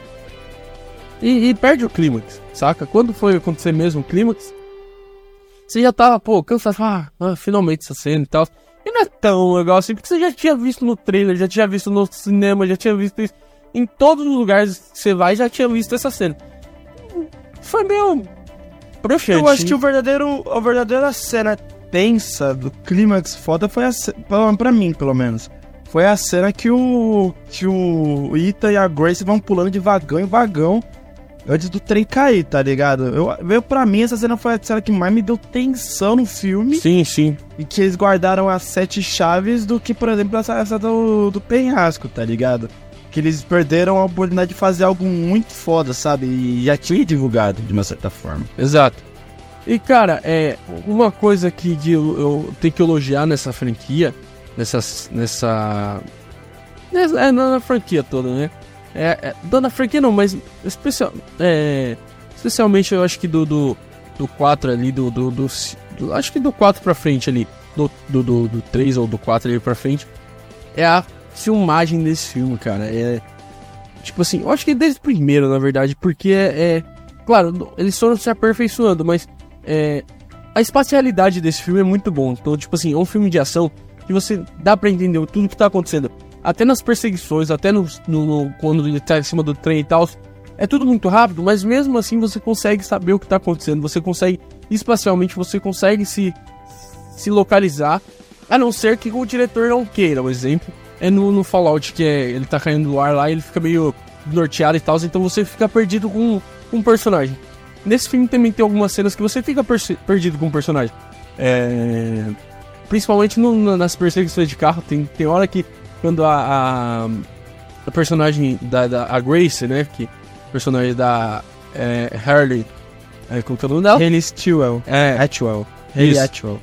E, e perde o clímax, saca? Quando foi acontecer mesmo o clímax, você já tava, pô, cansado, ah, ah, finalmente essa cena e tal. E não é tão legal assim, porque você já tinha visto no trailer, já tinha visto no cinema, já tinha visto isso. Em todos os lugares que você vai, já tinha visto essa cena. Foi meio broxante. Eu acho que o verdadeiro, a verdadeira cena tensa do clímax foda foi a cena, pra mim, pelo menos. Foi a cena que o, que o Ethan e a Grace vão pulando de vagão em vagão antes do trem cair, tá ligado? Eu, eu, pra mim, essa cena foi a cena que mais me deu tensão no filme. Sim, sim. E que eles guardaram as sete chaves do que, por exemplo, essa, essa do, do penhasco, tá ligado? Que eles perderam a oportunidade de fazer algo muito foda, sabe? E já tinha divulgado, de uma certa forma. Exato. E, cara, é uma coisa que de, eu, eu tenho que elogiar nessa franquia, nessa... nessa, nessa é, na franquia toda, né? É, é, dona franquia não, mas especial, é, especialmente eu acho que do, do, do quatro ali, do, do, do, do acho que do quatro pra frente ali, do, do, do, do três ou do quatro ali pra frente, é a filmagem desse filme, cara. É, tipo assim, eu acho que desde o primeiro, na verdade, porque é, é claro, eles foram se aperfeiçoando, mas é, a espacialidade desse filme é muito bom. Então, tipo assim, é um filme de ação que você dá pra entender tudo que tá acontecendo. Até nas perseguições, até no, no, no, quando ele tá em cima do trem e tal. É tudo muito rápido, mas mesmo assim você consegue saber o que tá acontecendo. Você consegue, espacialmente, você consegue se, se localizar. A não ser que o diretor não queira. Um exemplo é no, no Fallout, que é, ele tá caindo do ar lá e ele fica meio norteado e tal. Então você fica perdido com, com um personagem. Nesse filme também tem algumas cenas que você fica perdido com um personagem. É, principalmente no, nas perseguições de carro. Tem, tem hora que quando a, a, a personagem da, da a Grace, né, que personagem da é, Harley, é, como que é o nome dela? Hayley Atwell. É, Atwell. Hayley Atwell.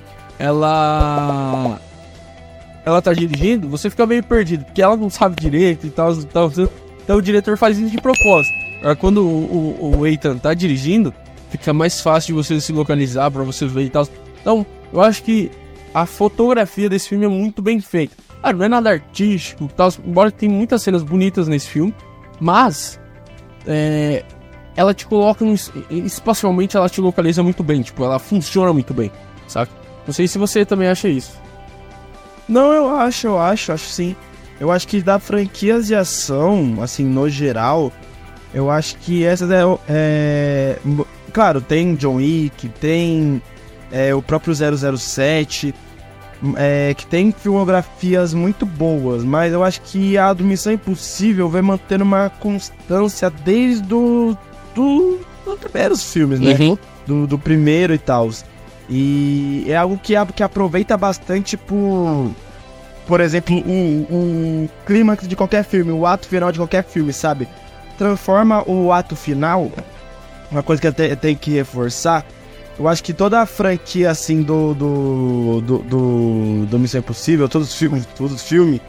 Ela ela tá dirigindo, você fica meio perdido, porque ela não sabe direito e tal, e tal. Então o diretor faz isso de propósito. Quando o, o, o Ethan tá dirigindo, fica mais fácil de você se localizar pra você ver e tal. Então, eu acho que a fotografia desse filme é muito bem feita. Ah, não é nada artístico, tal, embora tem muitas cenas bonitas nesse filme, mas é, ela te coloca num, espacialmente, ela te localiza muito bem, tipo, ela funciona muito bem, saca? Não sei se você também acha isso. Não, eu acho, eu acho, acho sim. Eu acho que da franquias de ação, assim, no geral, eu acho que essas é, é... Claro, tem John Wick, tem é, o próprio zero zero sete, é, que tem filmografias muito boas, mas eu acho que a do Missão Impossível vai mantendo uma constância desde do, do, dos primeiros filmes, né? Uhum. Do, do primeiro e tal. E é algo que, que aproveita bastante por... Por exemplo, o, o clímax de qualquer filme, o ato final de qualquer filme, sabe? Transforma o ato final, uma coisa que eu, te, eu tenho que reforçar, eu acho que toda a franquia, assim, do, do, do, do, do Missão Impossível, todos os filmes, todos os filmes,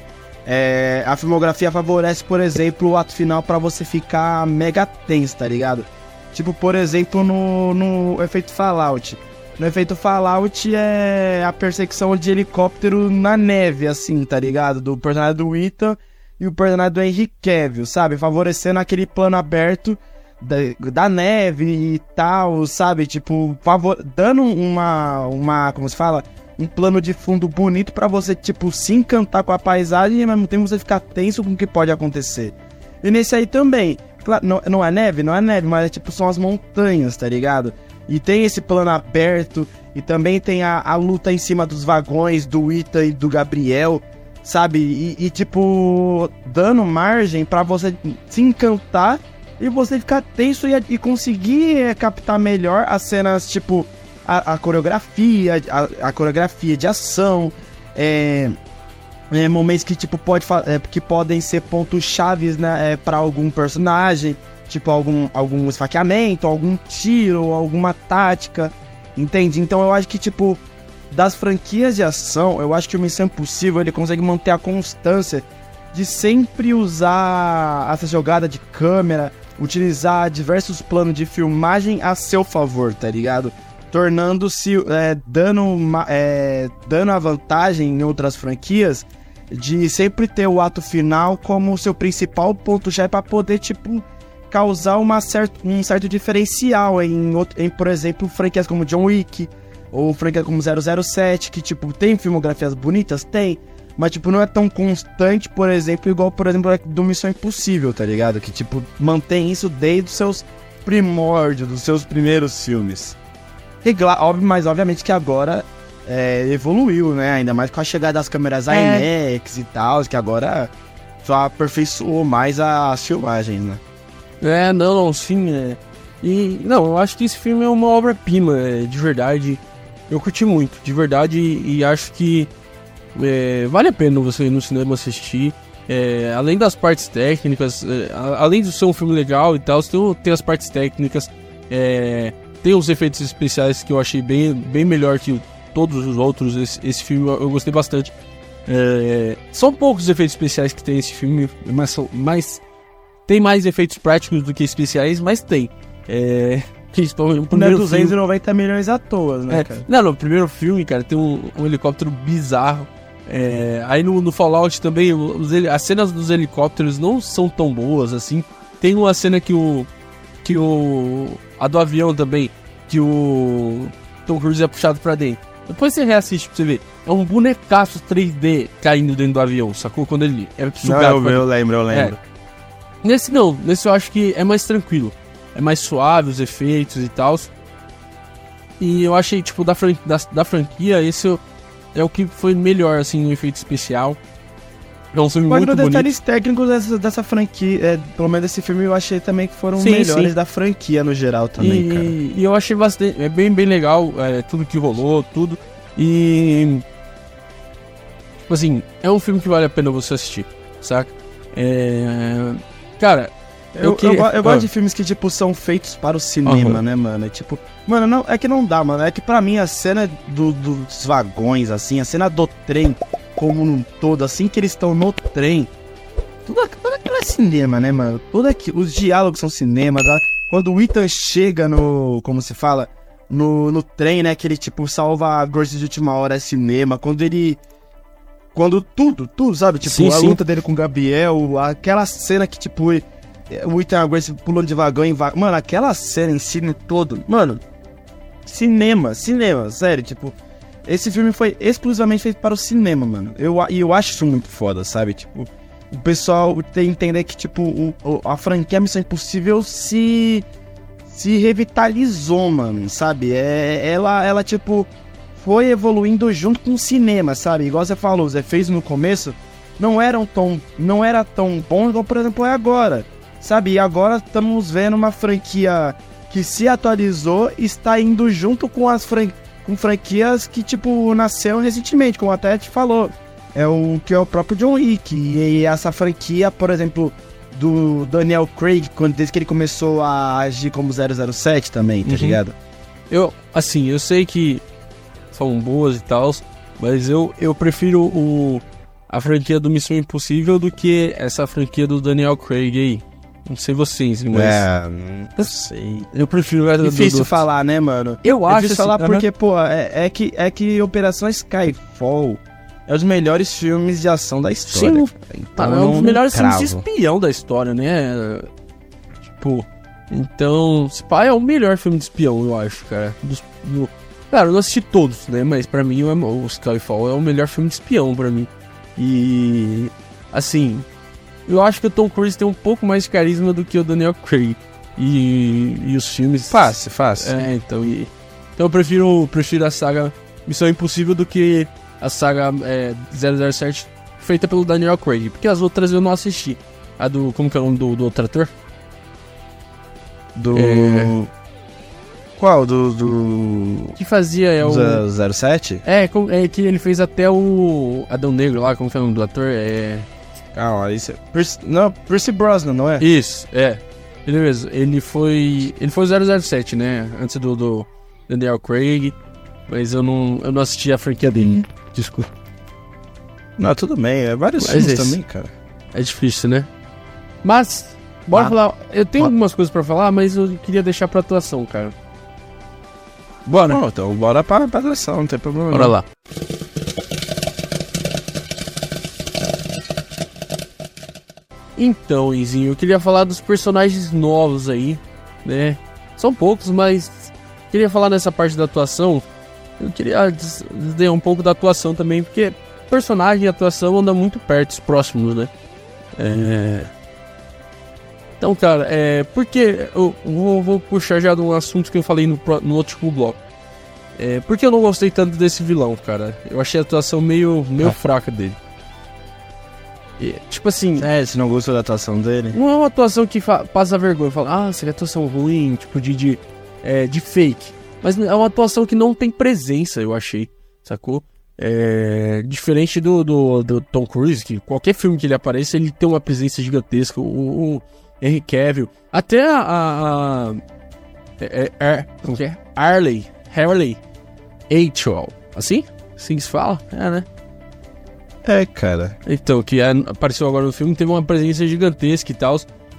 é, a filmografia favorece, por exemplo, o ato final pra você ficar mega tenso, tá ligado? Tipo, por exemplo, no, no efeito Fallout. No efeito Fallout é a perseguição de helicóptero na neve, assim, tá ligado? Do personagem do Ethan e o personagem do Henry Cavill, sabe? Favorecendo aquele plano aberto da, da neve e tal, sabe? Tipo, favor... dando uma, uma, como se fala? Um plano de fundo bonito pra você, tipo, se encantar com a paisagem e ao mesmo tempo você ficar tenso com o que pode acontecer. E nesse aí também, claro, não, não é neve? Não é neve, mas é tipo, são as montanhas, tá ligado? E tem esse plano aberto, e também tem a, a luta em cima dos vagões do Ethan e do Gabriel, sabe? E, e tipo, dando margem pra você se encantar e você ficar tenso e, e conseguir é, captar melhor as cenas, tipo, a, a coreografia, a, a coreografia de ação, é, é, momentos que, tipo, pode, é, que podem ser pontos chaves, né, é, pra algum personagem. Tipo, algum, algum esfaqueamento, algum tiro, alguma tática, entende? Então eu acho que, tipo, das franquias de ação, eu acho que o Missão Impossível, ele consegue manter a constância de sempre usar essa jogada de câmera, utilizar diversos planos de filmagem a seu favor, tá ligado? Tornando-se, é, dando, uma, é, dando a vantagem em outras franquias de sempre ter o ato final como seu principal ponto-chave pra poder, tipo... causar uma certo, um certo diferencial em, em, por exemplo, franquias como John Wick, ou franquias como zero zero sete, que, tipo, tem filmografias bonitas? Tem, mas, tipo, não é tão constante, por exemplo, igual, por exemplo, do Missão Impossível, tá ligado? Que, tipo, mantém isso desde os seus primórdios, dos seus primeiros filmes. E, óbvio, mas, obviamente, que agora é, evoluiu, né? Ainda mais com a chegada das câmeras É. IMAX e tal, que agora só aperfeiçoou mais as filmagens, né? É, não, não, sim, é. E, não, eu acho que esse filme é uma obra-prima, é, de verdade. Eu curti muito, de verdade, e, e acho que é, vale a pena você ir no cinema assistir. É, além das partes técnicas, é, a, além de ser um filme legal e tal, tem, tem as partes técnicas, é, tem os efeitos especiais que eu achei bem, bem melhor que todos os outros. Esse, esse filme eu, eu gostei bastante. É, são poucos efeitos especiais que tem esse filme, mas são mais... Tem mais efeitos práticos do que especiais, mas tem. É... O primeiro duzentos e noventa milhões à toa, né, é, cara? Não, no primeiro filme, cara, tem um, um helicóptero bizarro. É... Aí no, no Fallout também, os, as cenas dos helicópteros não são tão boas, assim. Tem uma cena que o... Que o... A do avião também, que o Tom Cruise é puxado pra dentro. Depois você reassiste pra você ver. É um bonecaço três D caindo dentro do avião, sacou? Quando ele é sugado. Não, eu, eu lembro, eu lembro. É. Nesse não, nesse eu acho que é mais tranquilo. É mais suave os efeitos e tal. E eu achei, tipo, da, fran da, da franquia, esse é o que foi melhor, assim, no efeito especial. É um filme Mas muito nos bonito. detalhes técnicos dessa, dessa franquia, é, pelo menos desse filme, eu achei também que foram Sim, melhores sim. da franquia no geral também, e, cara. E eu achei bastante, é bem, bem legal, é, tudo que rolou, tudo. E... Tipo assim, é um filme que vale a pena você assistir, saca? É... Cara, eu, eu, que... eu, eu, eu gosto ah. de filmes que, tipo, são feitos para o cinema, Uhum. né, mano? É tipo, mano, não, é que não dá, mano. É que pra mim a cena do, dos vagões, assim, a cena do trem como um todo, assim que eles estão no trem, tudo, tudo aquilo é cinema, né, mano? Tudo aqui, os diálogos são cinema, tá? Quando o Ethan chega no, como se fala, no, no trem, né, que ele, tipo, salva a Grace de última hora, é cinema. Quando ele... Quando tudo, tudo, sabe? Tipo, Sim, a sim. luta dele com o Gabriel, aquela cena que, tipo, o Ethan e a Grace pulando de vagão em vagão. Mano, aquela cena em si todo. Mano, cinema, cinema, sério, tipo. Esse filme foi exclusivamente feito para o cinema, mano. Eu, e eu acho isso muito foda, sabe? Tipo, o pessoal tem que entender que, tipo, o, o, a franquia Missão Impossível se. se revitalizou, mano, sabe? É, ela, ela, tipo, foi evoluindo junto com o cinema, sabe? Igual você falou, os efeitos no começo não eram tão, não era tão bom igual, por exemplo, é agora, sabe? E agora estamos vendo uma franquia que se atualizou e está indo junto com as fran- com franquias que, tipo, nasceram recentemente, como até te falou. É o que é o próprio John Wick. E essa franquia, por exemplo, do Daniel Craig, quando, desde que ele começou a agir como zero zero sete também, tá Uhum. ligado? Eu, assim, eu sei que são boas e tal, mas eu, eu prefiro o, a franquia do Missão Impossível do que essa franquia do Daniel Craig aí. Não sei vocês, mas É, não sei. eu prefiro essa do- Difícil do- falar, né, mano? Eu acho Difícil falar assim, porque, pô, é, é, que, é que Operação Skyfall é um dos melhores filmes de ação da história. Sim, cara. Então, Tá, é eu um dos não melhores filmes de cravo. espião da história, né? Tipo, então, se pá, é o melhor filme de espião, eu acho, cara. Dos, do, claro, eu não assisti todos, né? Mas pra mim, o, o Skyfall é o melhor filme de espião pra mim. E, assim, eu acho que o Tom Cruise tem um pouco mais de carisma do que o Daniel Craig. E, e os filmes... Fácil, fácil. É, então, e, então eu prefiro, prefiro a saga Missão Impossível do que a saga é, zero zero sete feita pelo Daniel Craig, porque as outras eu não assisti. A do... como que é o nome do, do outro ator? Do... É. Qual? Do... do... Que fazia é o... do zero sete? É, com- é que ele fez até o Adão Negro lá, como que é o nome do ator? É... Calma, isso é... Percy... Não, Percy Brosnan, não é? Isso, é. Ele mesmo, ele foi... Ele foi o zero zero sete, né? Antes do, do Daniel Craig, mas eu não, eu não assisti a franquia dele. Desculpa. Não, tudo bem, é vários Mas filmes esse- também, cara. É difícil, né? Mas, bora Ah. falar. Eu tenho Ah. algumas coisas pra falar, mas eu queria deixar pra atuação, cara. Bora. Bom, então bora pra, pra atração, não tem problema Bora não. lá. Então, Enzinho, eu queria falar dos personagens novos aí, né? São poucos, mas queria falar nessa parte da atuação. Eu queria des- dizer um pouco da atuação também, porque personagem e atuação andam muito perto, próximos, né? É... Então, cara, é... porque eu vou, vou puxar já de um assunto que eu falei no, pro- no último bloco. É... Por que eu não gostei tanto desse vilão, cara? Eu achei a atuação meio, meio Ah. fraca dele. E, tipo assim, É, se não gostou da atuação dele. não é uma atuação que fa- passa vergonha. Fala, ah, essa atuação ruim, tipo de, de, é, de fake. Mas é uma atuação que não tem presença, eu achei, sacou? É, diferente do, do, do Tom Cruise, que qualquer filme que ele apareça, ele tem uma presença gigantesca. O, o Henry Cavill, até a... a, a é, é, é, como que é? Harley, Harley Atwell, assim? Assim que se fala? É, né? É, cara. Então, que é- apareceu agora no filme, teve uma presença gigantesca e tal.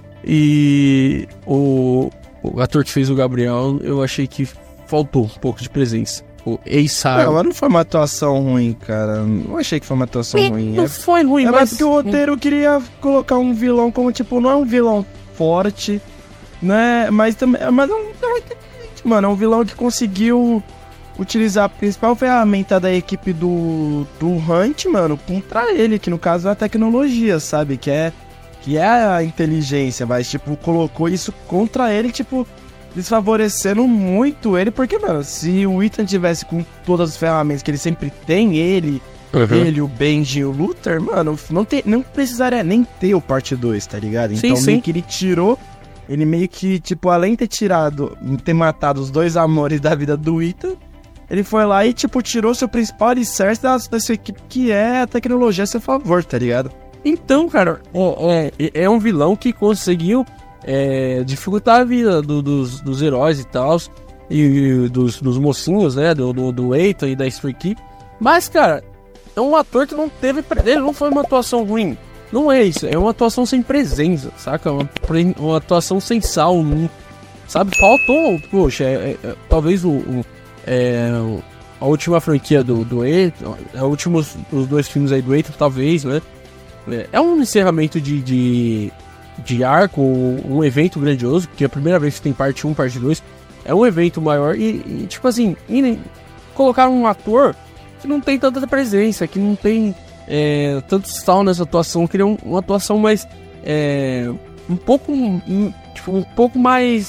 E o, o ator que fez o Gabriel, eu achei que faltou um pouco de presença. O Ace Não, mas não foi uma atuação ruim, cara. Não achei que foi uma atuação ruim. Não É, foi ruim, é mas... mais porque o roteiro queria colocar um vilão como, tipo, não é um vilão forte, né? Mas também. Mas não, não é, mano, é um vilão que conseguiu utilizar a principal ferramenta da equipe do, do Hunt, mano, contra ele, que no caso é a tecnologia, sabe? Que é, que é a inteligência, mas, tipo, colocou isso contra ele, tipo, desfavorecendo muito ele, porque, mano, se o Ethan tivesse com todas as ferramentas que ele sempre tem, ele, Uhum. ele, o Benji e o Luther, mano, não, tem, não precisaria nem ter o parte dois, tá ligado? Sim, Então sim. meio que ele tirou, ele meio que, tipo, além de ter tirado, ter matado os dois amores da vida do Ethan, ele foi lá e, tipo, tirou seu principal alicerce da, da sua equipe, que é a tecnologia a seu favor, tá ligado? Então, cara, é, é, é um vilão que conseguiu é, dificultar a vida do- dos, dos heróis e tal, e dos, dos mocinhos, né, do, do, do Ethan e da sua equipe. Mas, cara, é um ator que não teve... pre- Ele não foi uma atuação ruim. Não é isso, é uma atuação sem presença, saca? Uma, pre- uma atuação sem sal, não, sabe? Faltou, poxa, é, é, é, talvez o... o é, o- a última franquia do, do Ethan, os últimos os dois filmes aí do Ethan, talvez, né? É, é um encerramento de, de, de arco, um evento grandioso, porque é a primeira vez que tem parte um, parte dois, é um evento maior e, e, tipo assim, e, colocar um ator que não tem tanta presença, que não tem é, tanto sal nessa atuação, queria um, uma atuação mais, é, um pouco, um, tipo, um pouco mais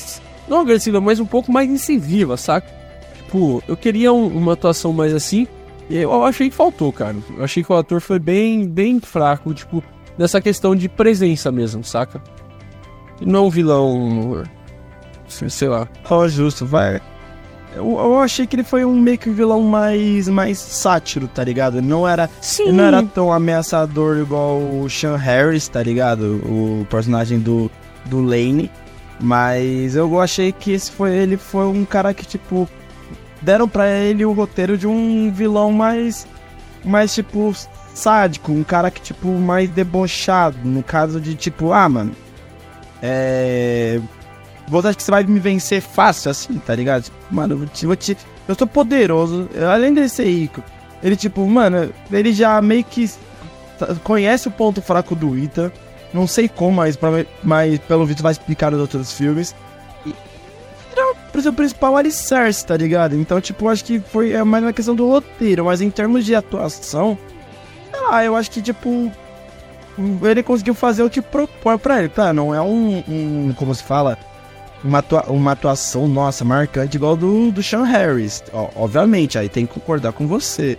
não agressiva, mas um pouco mais incisiva, saca? Tipo, eu queria um, uma atuação mais assim, e eu achei que faltou, cara. Eu achei que o ator foi bem, bem fraco, tipo, nessa questão de presença mesmo, saca? E não é um vilão, sei lá. Oh, justo, vai. Eu, eu achei que ele foi um meio que um vilão mais, mais sátiro, tá ligado? Ele não era, Sim. ele não era tão ameaçador igual o Sean Harris, tá ligado? O personagem do, do Lane. Mas eu achei que esse foi, ele foi um cara que, tipo, deram pra ele o roteiro de um vilão mais, mais tipo, sádico. Um cara que, tipo, mais debochado. No caso de, tipo, ah, mano, é... Você acha que você vai me vencer fácil assim, tá ligado? Tipo, mano, eu vou te, vou te, eu sou poderoso. Além de ser rico, ele, tipo, mano, ele já meio que conhece o ponto fraco do Ethan. Não sei como, mas, mas pelo visto vai explicar nos outros filmes. E era o seu principal alicerce, tá ligado? Então, tipo, acho que foi é mais uma questão do roteiro. Mas em termos de atuação, ah, eu acho que, tipo, ele conseguiu fazer o que propõe pra ele. Tá, não é um, um como se fala, uma, atua, uma atuação, nossa, marcante igual do, do Sean Harris. Ó, obviamente, aí tem que concordar com você.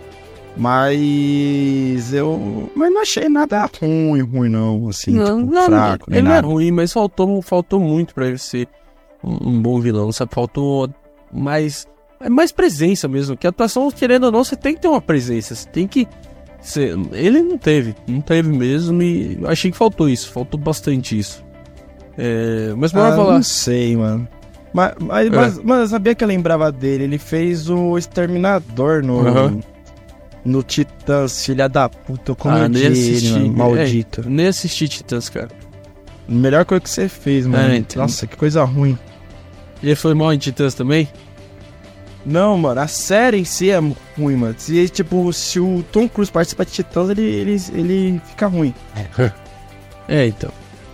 Mas eu mas não achei nada ruim, ruim não, assim, não, tipo, não, fraco. Ele não é ruim, mas faltou, faltou muito pra ele ser um, um bom vilão, sabe? Faltou mais, mais presença mesmo, que a atuação, querendo ou não, você tem que ter uma presença, você tem que ser... Ele não teve, não teve mesmo, e eu achei que faltou isso, faltou bastante isso. É, mas bora ah, falar. Não sei, mano. Mas, mas, é. mas, mas eu sabia que eu lembrava dele, ele fez o Exterminador no... Uhum. No Titãs, filha da puta, eu comedi ah, ele, mano, maldito. É, nem assisti Titãs, cara. Melhor coisa que você fez, mano. É, Nossa, que coisa ruim. Ele foi mal em Titãs também? Não, mano, a série em si é ruim, mano. Se, tipo, se o Tom Cruise participa de Titãs, ele, ele, ele fica ruim. É, então.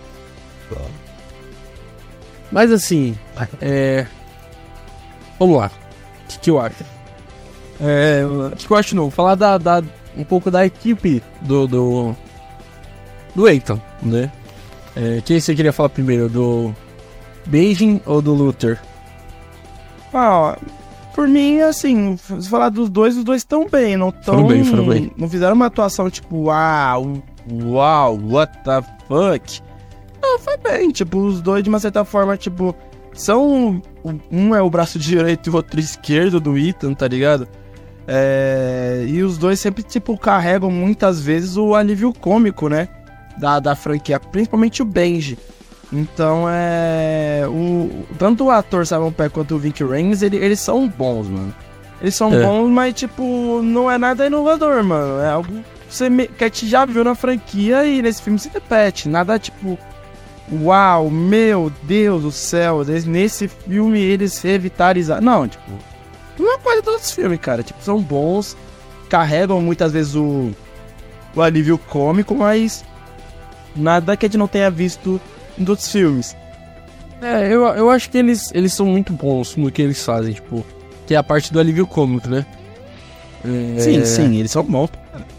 Mas assim, é... vamos lá. O que, que eu acho? É, o que eu acho não, vou falar da, da, um pouco da equipe do do, do Ethan, né? É, quem você queria falar primeiro, do Beijing ou do Luther? Ah, por mim, assim, se falar dos dois, os dois estão bem, não tão... Foram bem, foram bem. Não fizeram uma atuação tipo, uau, uau, what the fuck? Não, foi bem, tipo, os dois de uma certa forma, tipo, são... Um é o braço direito e o outro esquerdo do Ethan, tá ligado? É, e os dois sempre, tipo, carregam muitas vezes o alívio cômico, né? Da, da franquia, principalmente o Benji. Então, é... O, tanto o ator Simon Pegg quanto o Ving Rhames, ele, eles são bons, mano. Eles são é. bons, mas, tipo, não é nada inovador, mano. É algo que você me, que a gente já viu na franquia e nesse filme se repete. Nada, tipo... Uau, meu Deus do céu. Nesse filme eles revitalizaram... Não, tipo... Não é coisa dos outros filmes, cara. Tipo, são bons, carregam muitas vezes o, o alívio cômico, mas nada que a gente não tenha visto em outros filmes. É, eu, eu acho que eles, eles são muito bons no que eles fazem, tipo, que é a parte do alívio cômico, né? É... Sim, sim, eles são bons.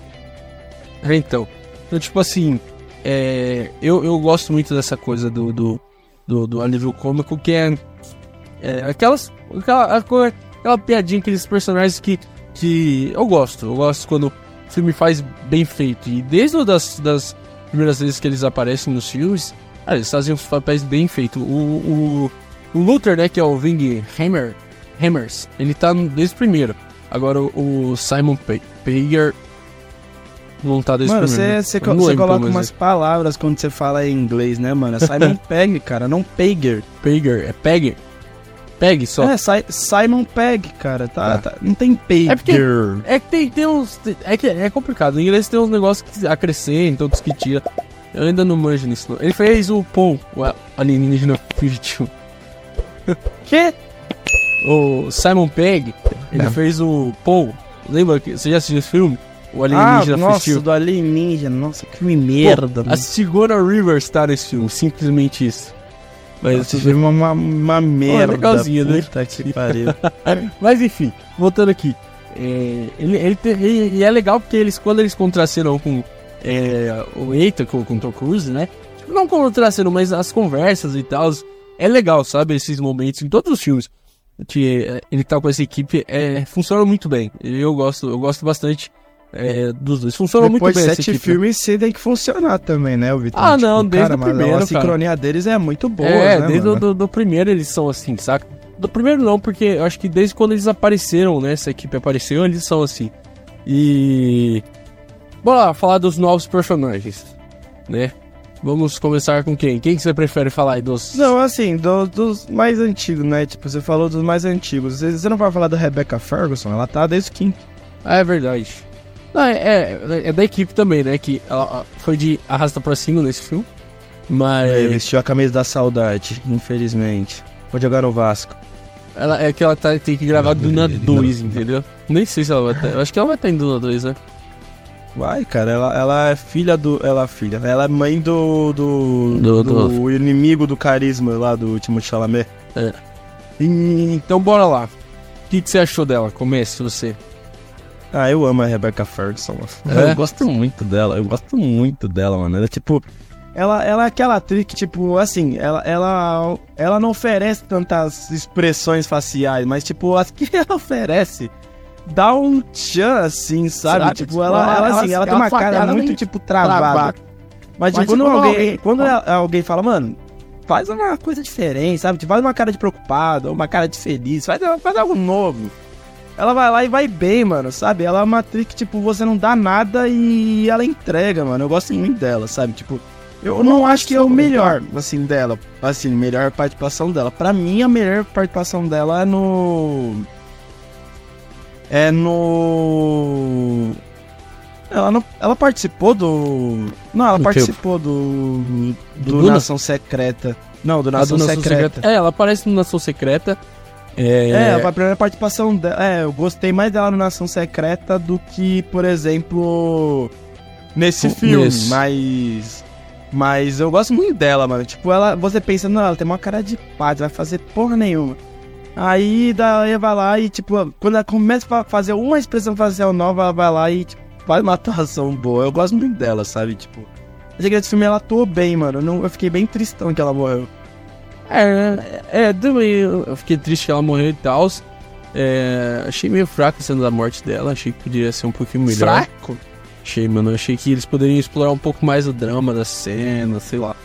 É, então, então, tipo assim, é, eu, eu gosto muito dessa coisa do, do, do, do alívio cômico, que é, é aquelas... Aquela, aquela piadinha, aqueles personagens que, que eu gosto. Eu gosto quando o filme faz bem feito. E desde das, das primeiras vezes que eles aparecem nos filmes, ah, eles fazem os papéis bem feitos. O, o, o Luther, né, que é o Ving Hammer, Hammers, ele tá desde o primeiro. Agora o, o Simon Pegg não tá desde mano, o primeiro. Mano, você co coloca umas é. palavras quando você fala em inglês, né, mano? É Simon Pegg, cara, não Pegger. Pegger, é Pegger. Pegg só. É, si Simon Pegg, cara, tá, ah. tá, não tem Pegger. É, porque, é que tem, tem uns... É que é complicado, em inglês tem uns negócios que acrescentam, outros que tiram. Eu ainda não manjo nisso, não. Ele fez o Paul, o alienígena fugitivo. Que? O Simon Pegg, ele é. fez o Paul. Lembra que você já assistiu esse filme? O alienígena ah, nossa, fugitivo. do alienígena, nossa, que merda. Pô, a Sigourney Weaver está nesse filme, simplesmente isso. Mas esse filme é uma, uma merda. Oh, legalzinho, né? Puta que pariu. Mas enfim, voltando aqui. É, ele, ele, ele, e é legal porque eles, quando eles contracenam com é, o Ethan, com, com o Tom Cruise, né? Tipo, não contracenam, mas as conversas e tal. É, é legal, sabe? Esses momentos em todos os filmes que é, ele tá com essa equipe, é, funciona muito bem. Eu gosto, eu gosto bastante é, dos dois. Funciona muito bem essa equipe. Depois de sete filmes, você tem que funcionar também, né, o Vitor? Ah, não, tipo, desde cara, o primeiro, a sincronia cara. deles é muito boa, é, né, desde mano? do, do primeiro eles são assim, saca? Do primeiro não, porque eu acho que desde quando eles apareceram, né, essa equipe apareceu, eles são assim. E... bora lá, falar dos novos personagens, né? Vamos começar com quem? Quem que você prefere falar aí dos... Não, assim, do, dos mais antigos, né? Tipo, você falou dos mais antigos. Você, você não vai falar da Rebecca Ferguson? Ela tá desde o quinto. Ah, é verdade. Não, é, é, é da equipe também, né? Que ela foi de arrasta pra cima nesse filme. Mas... é, vestiu a camisa da saudade, infelizmente. Pode jogar no Vasco. Ela, é que ela tá, tem que gravar Duna dois, entendeu? Nem sei se ela vai estar... Eu acho que ela vai estar em Duna dois, né? Vai, cara, ela, ela é filha do... Ela é filha, ela é mãe do... Do, do, do, do... inimigo do carisma lá, do Timothée Chalamet. É. E, então bora lá. O que, que você achou dela? Comece você. Ah, eu amo a Rebecca Ferguson. É? Eu gosto muito dela, eu gosto muito dela, mano. Ela, tipo... Ela, ela é aquela atriz que, tipo, assim, ela, ela, ela não oferece tantas expressões faciais, mas, tipo, as que ela oferece... dá um tchan, assim, sabe? sabe? Tipo, ela, ela, ela, assim, ela, ela tem uma cara, cara muito, tipo, travada. travada. Mas, tipo, quando, alguém, alguém, quando ela, alguém fala, mano, faz uma coisa diferente, sabe? Tipo, faz uma cara de preocupado, uma cara de feliz, faz, faz algo novo. Ela vai lá e vai bem, mano, sabe? Ela é uma atriz que, tipo, você não dá nada e ela entrega, mano. Eu gosto muito dela, sabe? Tipo, eu não acho que é o melhor, assim, dela. Assim, melhor participação dela. Pra mim, a melhor participação dela é no... É no... Ela, não, ela participou do... Não, ela do participou do... Do, do Nação Secreta. Não, do Nação, Nação Secreta. Secreta. É, ela aparece no Nação Secreta. É, é a primeira participação dela... É, eu gostei mais dela no Nação Secreta do que, por exemplo... Nesse filme, Nesse. mas... Mas eu gosto muito dela, mano. Tipo, ela... Você pensa, não, ela tem uma cara de paz, vai fazer porra nenhuma. Aí daí vai lá e, tipo, quando ela começa a fazer uma expressão facial nova, ela vai lá e, tipo, faz uma atuação boa. Eu gosto muito dela, sabe? Tipo, achei que esse filme ela atuou bem, mano. Eu, não, eu fiquei bem tristão que ela morreu. É, é, também eu fiquei triste que ela morreu e tal. É, achei meio fraco a cena da morte dela. Achei que poderia ser um pouquinho melhor. Fraco? Achei, mano. Achei que eles poderiam explorar um pouco mais o drama da cena, sei lá.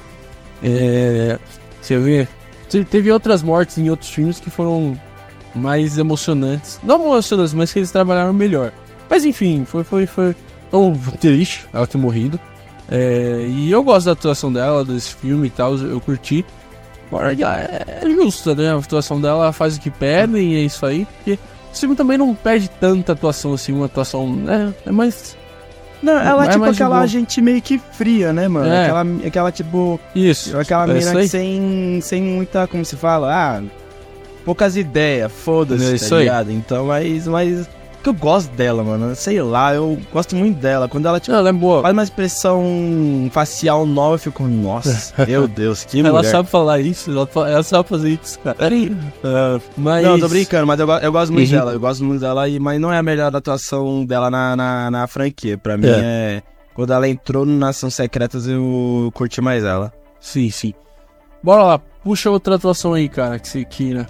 É. Você vê? Teve outras mortes em outros filmes que foram mais emocionantes. Não emocionantes, mas que eles trabalharam melhor. Mas enfim, foi, foi, foi tão triste ela ter morrido. É, e eu gosto da atuação dela, desse filme e tal, eu curti. Agora é, é justa, né? A atuação dela faz o que pede e é isso aí. Porque o filme também não perde tanta atuação assim, uma atuação. É, é mais. Não, ela é, é tipo aquela de gente meio que fria, né, mano? É. Aquela, aquela tipo... Isso. Aquela é mina que sem, sem muita, como se fala? Ah, poucas ideias, foda-se, é tá ligado? Então, mas... mas que eu gosto dela, mano. Sei lá, eu gosto muito dela. Quando ela, tipo, não, ela é boa. Faz uma expressão facial nova, eu fico, nossa, meu Deus, que mulher. Ela sabe falar isso, ela, ela sabe fazer isso, cara. Uh, mas... Não, eu tô brincando, mas eu, eu gosto muito uhum. dela. Eu gosto muito dela, mas não é a melhor atuação dela na, na, na franquia. Pra mim é... é... Quando ela entrou no Nação Secretas, eu curti mais ela. Sim, sim. Bora lá, puxa outra atuação aí, cara, que você queira.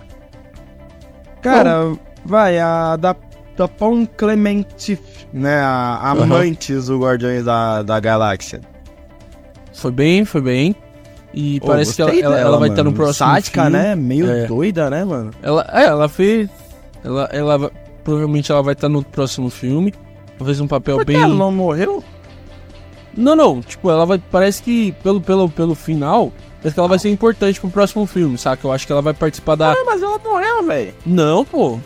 Cara, Bom. vai, a da... da Pom Clemente, né, a Amantes uhum. do Guardiões da, da Galáxia. Foi bem, foi bem. E oh, parece que ela, dela, ela vai estar no mano. próximo Sádica, filme. né? Meio é. doida, né, mano? Ela, é, ela fez... Ela, ela, provavelmente ela vai estar no próximo filme. Fez um papel Por bem... ela não morreu? Não, não. Tipo, ela vai... Parece que pelo, pelo, pelo final... Parece que ela vai ser importante pro próximo filme, saca? Eu acho que ela vai participar da... Ah, mas ela morreu, velho. Não, pô.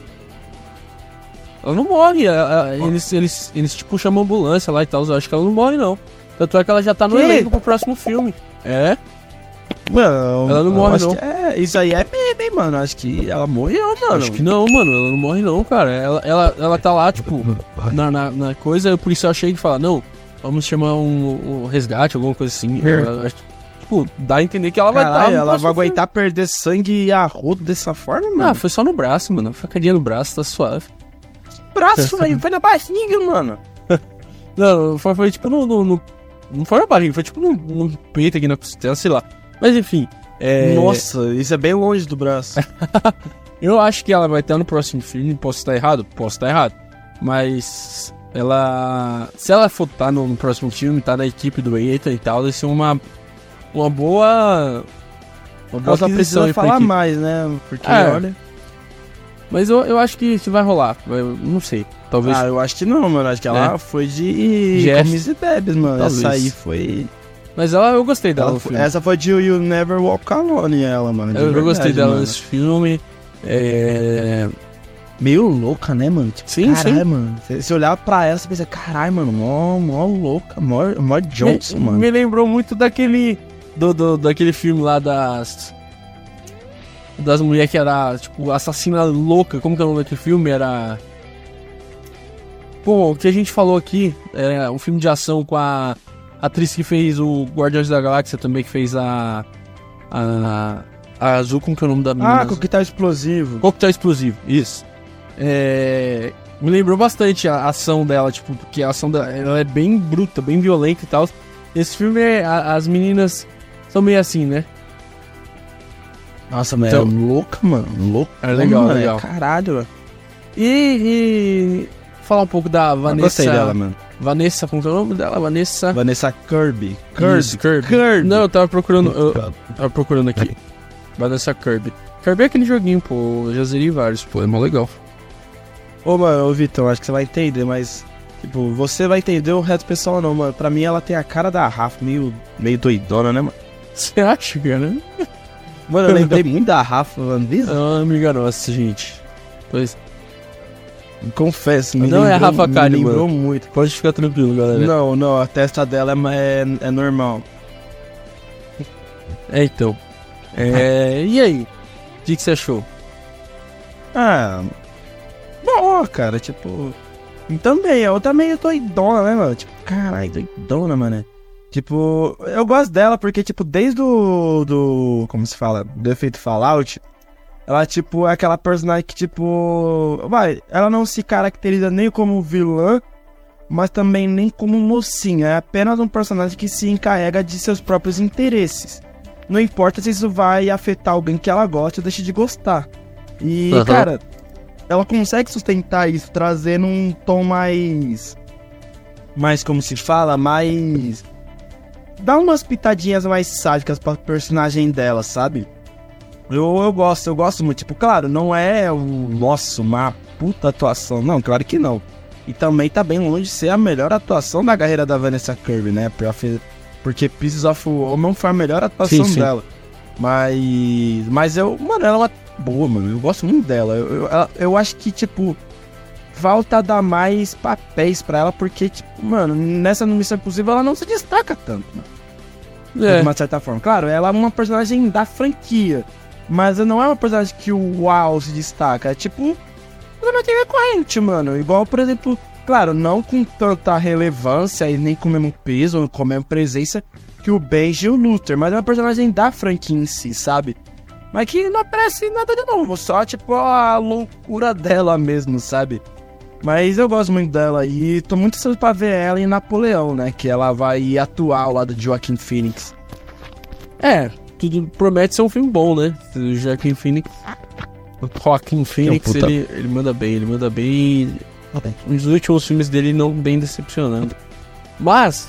Ela não morre, ela, eles, eles, eles tipo chamam ambulância lá e tal, eu acho que ela não morre não. Tanto é que ela já tá no que? elenco pro próximo filme. É? Mano, ela não morre não. É, isso aí é meme, hein, mano. Acho que ela morreu, mano. Acho que não, mano, ela não morre não, cara. Ela, ela, ela tá lá, tipo, na, na, na coisa, por isso eu achei que fala, não, vamos chamar um, um resgate, alguma coisa assim. Ela, tipo, dá a entender que ela vai estar. Tá ela vai aguentar filme. perder sangue e arroto dessa forma, mano? Ah, foi só no braço, mano. Facadinha no braço, tá suave. Braço, velho, foi na barriga, mano. Não, foi, foi tipo no, no, no. Não foi na barriga, foi tipo no, no peito aqui na costela, sei lá. Mas enfim, É... Nossa, isso é bem longe do braço. Eu acho que ela vai estar no próximo filme, posso estar errado? Posso estar errado. Mas ela... Se ela for estar no, no próximo filme, tá na equipe do Ethan e tal, vai ser uma, uma boa... Uma boa Ela só precisa falar equipe. mais, né? Porque, É. olha... Mas eu, eu acho que isso vai rolar, eu não sei. Talvez... Ah, eu acho que não, mano. Acho que ela É. foi de Jeff. comes e bebes, mano. Talvez. Essa aí foi... Mas ela, eu gostei dela Ela no foi- filme. Essa foi de You Never Walk Alone, ela, mano. de Eu, eu verdade, gostei dela mano. nesse filme. É... Meio louca, né, mano? Tipo, Sim, caralho, sim. mano. Você, você olhar pra ela, você pensa, caralho, mano, mó, mó louca, mó, mó Johnson, me, mano. me lembrou muito daquele... Do, do, daquele filme lá das... Das mulheres que era, tipo, assassina louca. Como que é o nome daquele filme? Era... Pô, o que a gente falou aqui é um filme de ação com a atriz que fez o Guardiões da Galáxia também, que fez a... A, a Azul, como que é o nome da menina? Ah, coquetel explosivo. Coquetel Explosivo, isso. É, me lembrou bastante a ação dela, tipo, porque a ação dela ela é bem bruta, bem violenta e tal. Esse filme, é, a- as meninas são meio assim, né? Nossa, mas Então- é louca, mano. Louca. É legal, mano, legal. Caralho, mano. E, e falar um pouco da Eu Vanessa. gostei dela, mano. Vanessa, como que é o nome dela? Vanessa... Vanessa Kirby. Isso, Kirby. Kirby. Kirby. Não, eu tava procurando, eu tava procurando aqui. Vanessa Kirby. Kirby é aquele joguinho, pô, eu já zerei vários, pô, é mó legal. Ô, mano, ô, Vitão, acho que você vai entender, mas... Tipo, você vai entender, o resto do pessoal não, mano. Pra mim, ela tem a cara da Rafa, meio, meio doidona, né, mano? Você acha, cara? Mano, eu lembrei muito da Rafa, mano. É uma amiga nossa, gente. Pois... Confesso, me Não é a lembrou, Rafa me Kali, lembrou mano. muito. Pode ficar tranquilo, galera. Não, não, a testa dela é, é, é normal. É, então. É, e aí? O que, que você achou? Ah, bom, cara, tipo... Também, eu também tô doidona, né, mano? Tipo, caralho, doidona, mano. Tipo, eu gosto dela porque, tipo, desde o... do como se fala? Do efeito Fallout, ela, tipo, é aquela personagem que, tipo... Vai, ela não se caracteriza nem como vilã, mas também nem como mocinha. É apenas um personagem que se encarrega de seus próprios interesses. Não importa se isso vai afetar alguém que ela gosta ou deixe de gostar. E, Uhum. cara, ela consegue sustentar isso, trazendo um tom mais... Mais, como se fala, mais... Dá umas pitadinhas mais sádicas pra personagem dela, sabe? Eu, eu gosto, eu gosto muito. Tipo, claro, não é o... Nossa, uma puta atuação. Não, claro que não. E também tá bem longe de ser a melhor atuação da carreira da Vanessa Kirby, né? Porque Pieces of Woman foi a melhor atuação Sim, sim. dela. Mas... Mas eu... Mano, ela é uma boa, mano. Eu gosto muito dela. Eu, eu, ela- eu acho que, tipo... Falta dar mais papéis pra ela, porque, tipo, mano, nessa Missão Impossível ela não se destaca tanto, mano. É, De uma certa forma. Claro, ela é uma personagem da franquia, mas não é uma personagem que o uau se destaca. É tipo, personagem recorrente, mano. Igual, por exemplo, claro, não com tanta relevância e nem com o mesmo peso, com a mesma presença que o Benji e o Luther, mas é uma personagem da franquia em si, sabe? Mas que não aparece nada de novo, só tipo a loucura dela mesmo, sabe? Mas eu gosto muito dela e tô muito ansioso pra ver ela em Napoleão, né? Que ela vai atuar ao lado de Joaquin Phoenix. é, tudo promete ser um filme bom, né? O Joaquin Phoenix... O Joaquin Phoenix, puta- ele, ele manda bem, ele manda bem. Os últimos filmes dele não bem decepcionando. Mas,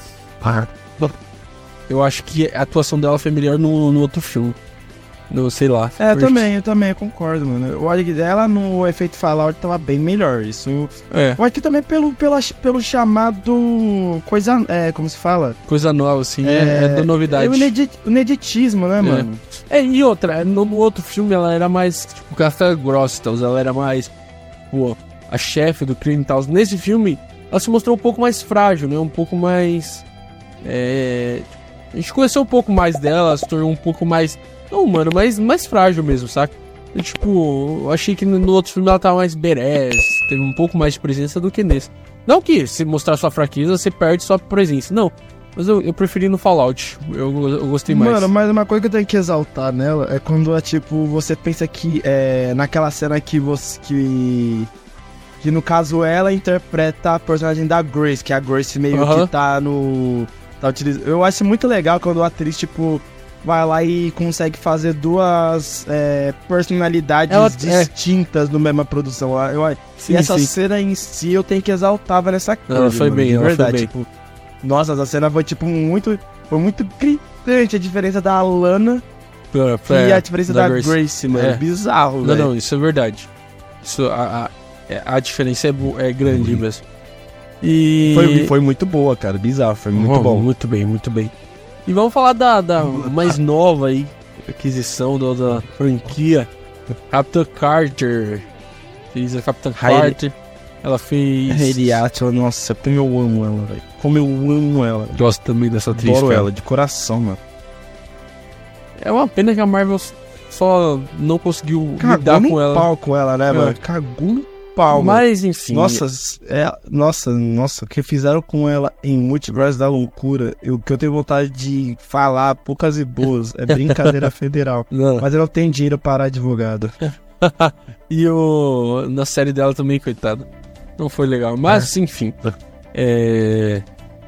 eu acho que a atuação dela foi melhor no, no outro filme. No, sei lá. É, eu First. também, eu também concordo, mano. Eu acho que dela no efeito Fallout tava bem melhor. Isso. É, Eu acho que também pelo, pela, pelo chamado. Coisa. É, como se fala? coisa nova, assim, é, é da novidade. É o, inedit, o ineditismo, né, mano? É, e outra, no, no outro filme ela era mais, tipo, casca grossa e tal, ela era mais, pô, a chefe do crime e tal. Nesse filme, ela se mostrou um pouco mais frágil, né, um pouco mais, é... A gente conheceu um pouco mais dela, ela se tornou um pouco mais, não, mano, mais, mais frágil mesmo, saca? E, tipo, eu achei que no, no outro filme ela tava mais badass, teve um pouco mais de presença do que nesse. Não que se mostrar sua fraqueza, você perde sua presença, não. Mas eu, eu preferi no Fallout, eu, eu gostei mais. Mano, mas uma coisa que eu tenho que exaltar nela é quando é tipo, você pensa que é naquela cena que você. que. Que no caso ela interpreta a personagem da Grace, que a Grace meio Aham. que tá no. Tá utilizando. Eu acho muito legal quando a atriz, tipo, vai lá e consegue fazer duas é, personalidades Ela, distintas é. no mesma produção. Eu, eu, sim, e essa sim. cena em si eu tenho que exaltar nessa coisa. Ela foi mano, bem, ela verdade, foi bem. Tipo, nossa, essa cena foi tipo muito, foi muito gritante a diferença da Lana pra, pra, e a diferença da, da Grace, Grace mano. É. Bizarro, Não, véio. não, isso é verdade. Isso, a, a, a diferença é, é grande mesmo. E... Foi, foi muito boa, cara. Bizarro, foi muito oh, bom. Muito bem, muito bem. E vamos falar da, da mais nova aí, aquisição do, da franquia, Capitã Carter. Fez a Capitã Carter. Ela fez... Hayley, nossa, como eu amo ela, velho. Como eu amo ela. Gosto também dessa atriz. Adoro ela, de coração, mano. É uma pena que a Marvel só não conseguiu Cagou lidar no com ela. pau com ela, né, é. mano? Cagou no pau, Mas, enfim... Nossa, é, nossa, nossa, o que fizeram com ela em Multiverso da Loucura, o que eu tenho vontade de falar, poucas e boas, é brincadeira federal. Não. Mas eu não tenho dinheiro para advogado. E o, na série dela também, coitada. Não foi legal, mas, é. enfim. É...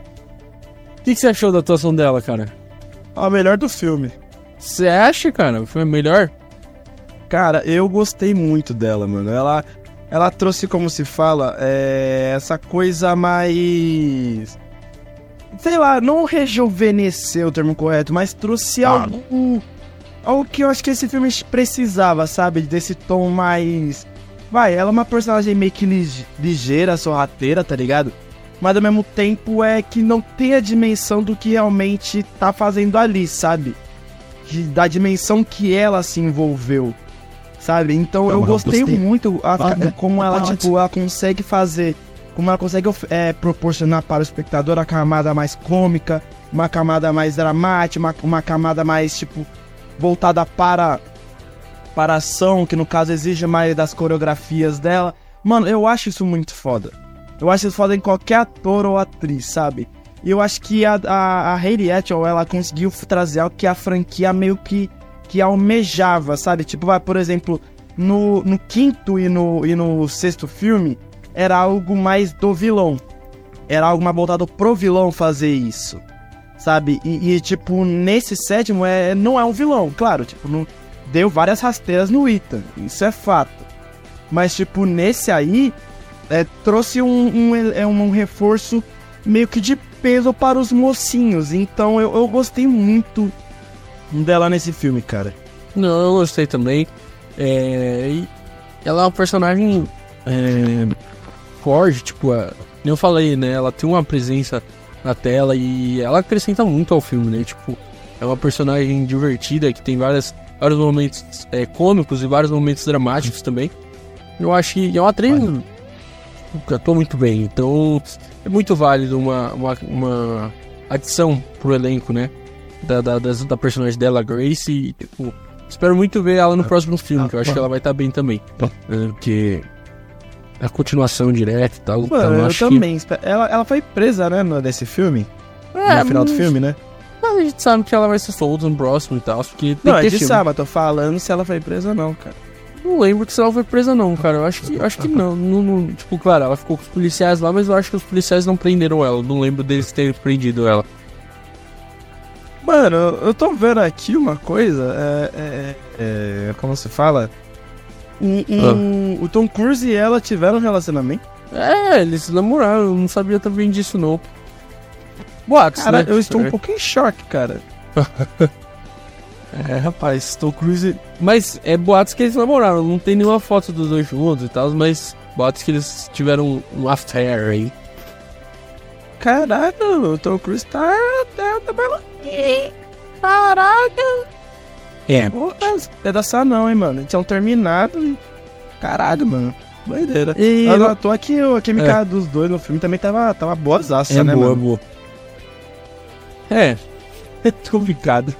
O que, que você achou da atuação dela, cara? A melhor do filme. Você acha, cara? Foi a melhor? Cara, eu gostei muito dela, mano. Ela... Ela trouxe, como se fala, é, essa coisa mais... Sei lá, não rejuvenesceu o termo correto, mas trouxe ah. algo... Algo que eu acho que esse filme precisava, sabe? Desse tom mais... Vai, ela é uma personagem meio que ligeira, sorrateira, tá ligado? Mas ao mesmo tempo é que não tem a dimensão do que realmente tá fazendo ali, sabe? Da dimensão que ela se envolveu. Sabe? Então eu, eu gostei, gostei muito a, ah, como ela, tipo, ela consegue fazer, como ela consegue é, proporcionar para o espectador a camada mais cômica, uma camada mais dramática, uma, uma camada mais, tipo, voltada para, para a ação, que no caso exige mais das coreografias dela. Mano, eu acho isso muito foda. Eu acho isso foda em qualquer ator ou atriz, sabe? E eu acho que a, a, a Hayley Atwell, ela conseguiu trazer algo que a franquia meio que que almejava, sabe? Tipo, vai, por exemplo, no, no quinto e no, e no sexto filme, era algo mais do vilão. Era algo mais voltado pro vilão fazer isso, sabe? E, e tipo, nesse sétimo, é, não é um vilão, claro, tipo, não, deu várias rasteiras no Ethan, isso é fato. Mas, tipo, nesse aí, é, trouxe um, um, um, um reforço meio que de peso para os mocinhos. Então, eu, eu gostei muito dela nesse filme, cara. Não, eu gostei também. É, e ela é uma personagem é, forte, tipo, é, eu falei, né? Ela tem uma presença na tela e ela acrescenta muito ao filme, né? Tipo, é uma personagem divertida que tem várias, vários momentos é, cômicos e vários momentos dramáticos também. Eu acho que é uma atriz que atua muito bem, então é muito válido uma, uma, uma adição pro elenco, né? Da, da, da personagem dela, Grace, e, tipo, espero muito ver ela no próximo filme, que eu acho que ela vai estar bem também. É, porque é a continuação direta e tal. Mano, então, eu acho também. Que... Ela, ela foi presa, né, nesse filme? É, no final do filme, né? Mas a gente sabe que ela vai ser solta no próximo e tal, porque tem não, que a gente sabe, eu tô falando se ela foi presa ou não, cara. Não lembro se ela foi presa não, cara. Eu acho que, acho que não, não, não. Tipo, claro, ela ficou com os policiais lá, mas eu acho que os policiais não prenderam ela. Eu não lembro deles terem prendido ela. Mano, eu tô vendo aqui uma coisa, é, é, é como se fala, o, o, ah. o Tom Cruise e ela tiveram um relacionamento? É, eles namoraram, eu não sabia também disso não. Boatos, cara, né? eu estou um pouco em choque, cara. É, rapaz, Tom Cruise... Mas é boatos que eles namoraram, não tem nenhuma foto dos dois juntos e tal, mas boatos que eles tiveram um affair aí. Caraca, o Tom Cruise tá... tá, tá belo... Caraca! É. Pô, pedaçar não, hein, mano. Eles tinham terminado e... Caralho, mano. Doideira. E eu não tô aqui, a química é. dos dois no filme também tava, tava boazaça, é né, boa, mano? Boa. É. É complicado.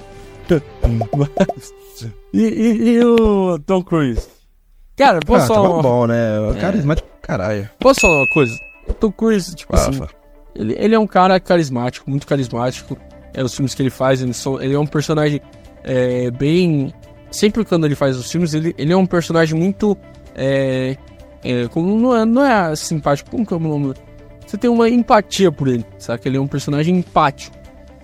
e, e, e o Tom Cruise? Cara, posso ah, falar tava uma... bom, né? O carismático é. caralho. Posso falar uma coisa? O Tom Cruise, tipo assim, ele, ele é um cara carismático, muito carismático. É, os filmes que ele faz, ele, são, ele é um personagem é, bem... Sempre quando ele faz os filmes, ele, ele é um personagem muito... É, é, como não é, não é simpático, como que é o nome? Você tem uma empatia por ele, sabe? Ele é um personagem empático.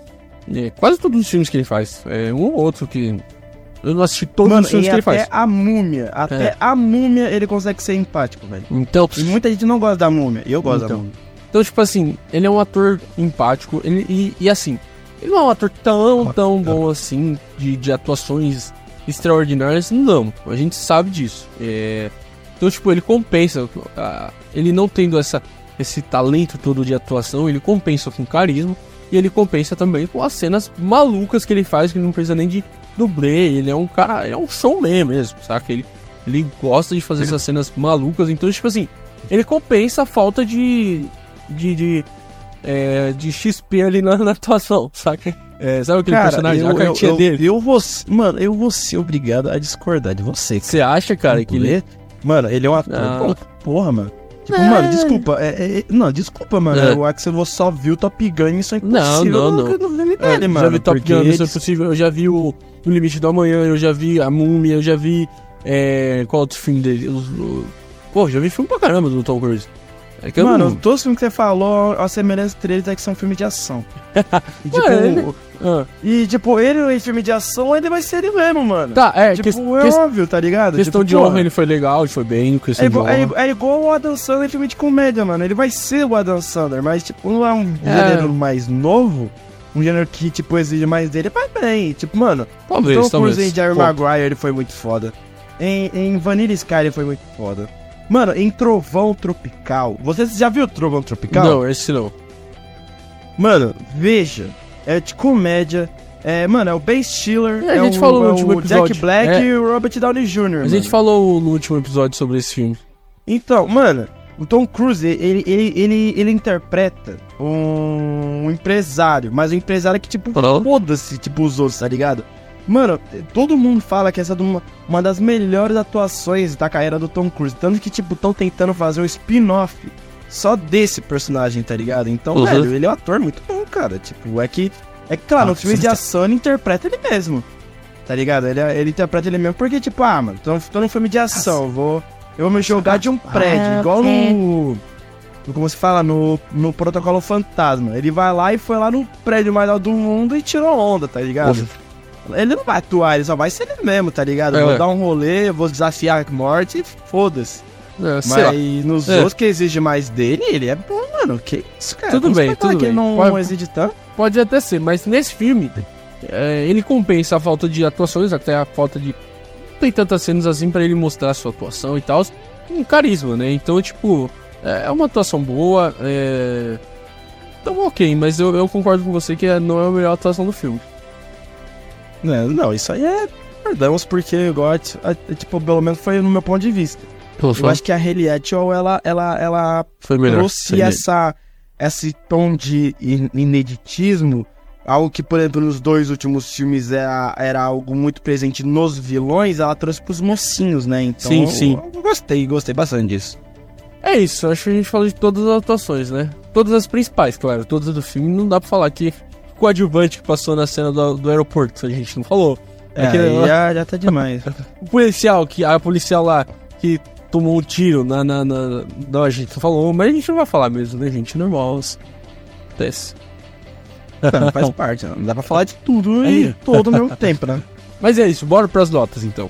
É, quase todos os filmes que ele faz. É um ou outro que... Eu não assisti todos Mano, os filmes e que ele até faz. a múmia, até É. a múmia ele consegue ser empático, velho. Então, E muita gente não gosta da múmia, eu gosto da Então. múmia. então, tipo assim, ele é um ator empático. Ele, e, e assim, ele não é um ator tão, tão bom assim, de, de atuações extraordinárias. Não, a gente sabe disso. É, então, tipo, ele compensa. ah, Ele não tendo essa, esse talento todo de atuação, ele compensa com carisma. E ele compensa também com as cenas malucas que ele faz, que não precisa nem de dublê. Ele é um cara, é um showman mesmo, saca? Ele, ele gosta de fazer essas cenas malucas. Então, tipo assim, ele compensa a falta de... de, de, é, de X P ali na, na atuação, saca? É, sabe aquele Cara, personagem? eu, a cartinha eu, dele. Eu, eu vou, mano, eu vou ser obrigado a discordar de você. Você acha, cara, que ele... Mano, ele é um ator. Ah. Bom, porra, mano. Tipo, É. mano, desculpa. É, é- não, desculpa, mano. É. O Axel você só viu Top Gun e isso é Não, impossível. não, não. Eu não vi É, dele, mano. já vi Top porque Gun, isso é eles- possível. Eu já vi o, o Limite do Amanhã, eu já vi a Múmia, eu já vi... É, qual outro filme dele? Os- o- Pô, já vi filme pra caramba do Tom Cruise. É que eu Mano, não... todos os filmes que você falou, a semelhança entre eles é que são filmes de ação. E, tipo, Ué, ele- Ah, e, tipo, ele em filme de ação, ele vai ser ele mesmo, mano. tá, é, Tipo, ques- é ques- óbvio, tá ligado? questão Tipo, de porra, honra ele foi legal, ele foi bem, questão É de igual, é, honra. é igual o Adam Sandler em filme de comédia, mano. Ele vai ser o Adam Sandler, mas, tipo, não é um É. gênero mais novo. Um gênero que, tipo, exige mais dele. Vai bem. Tipo, mano, Talvez, Tom talvez. Cruise em Jerry Pô, Maguire, ele foi muito foda. Em, em Vanilla Sky, ele foi muito foda. Mano, em Trovão Tropical. Você já viu Trovão Tropical? Não, esse não. Mano, veja. É de comédia. É, mano, é o Ben Stiller. É, a é gente o, falou no é último o episódio. Jack Black É. e o Robert Downey Júnior A gente mano. falou no último episódio sobre esse filme. Então, mano, o Tom Cruise, ele, ele, ele, ele interpreta um, um empresário, mas um empresário que, tipo, Falou? foda-se, tipo, os outros, tá ligado? Mano, todo mundo fala que essa é uma, uma das melhores atuações da carreira do Tom Cruise. Tanto que, tipo, estão tentando fazer um spin-off só desse personagem, tá ligado? Então, Uhum. velho, ele é um ator muito bom, cara. Tipo, é que, é que claro, Ah, no filme de sim. ação ele interpreta ele mesmo, tá ligado? Ele, ele interpreta ele mesmo porque, tipo, ah, mano, tô, tô num filme de ação, eu vou, eu vou me jogar de um prédio, igual no... no- Como se fala, no, no Protocolo Fantasma. Ele vai lá e foi lá no prédio mais alto do mundo e tirou onda, tá ligado? Ele não vai atuar, ele só vai ser ele mesmo, tá ligado? É, vou é. dar um rolê, vou desafiar a morte e foda-se. É, sei lá. Mas nos É. outros que exige mais dele, ele é bom, mano. Que isso, cara? Tudo Como você bem, vai falar tudo que ele bem. não Pode- exige tanto. Pode até ser, mas nesse filme, é, ele compensa a falta de atuações, até a falta de... Não tem tantas cenas assim pra ele mostrar a sua atuação e tal, com carisma, né? Então, tipo, é uma atuação boa, é... Então, ok, mas eu, eu concordo com você que é- não é a melhor atuação do filme. Não, não, isso aí é... Perdamos, porque eu gosto... é, Tipo, pelo menos foi no meu ponto de vista. Eu acho que a Hayley Atwell, ela, ela, ela Foi melhor. trouxe Foi essa, esse tom de in- ineditismo, algo que, por exemplo, nos dois últimos filmes era, era algo muito presente nos vilões, ela trouxe pros mocinhos, né? Então, Sim, eu- sim. eu gostei, gostei bastante disso. É isso, acho que a gente falou de todas as atuações, né? Todas as principais, claro, todas do filme. Não dá pra falar que o coadjuvante que passou na cena do, do aeroporto, a gente não falou. É, Aquele- aí já, já tá demais. O policial, que, a policial lá, que tomou um tiro na... na, na não, a gente não falou, mas a gente não vai falar mesmo, né, gente? Normal, acontece. Não, faz parte, não dá pra falar de tudo É. e todo ao mesmo tempo, né? Mas é isso, bora pras notas, então.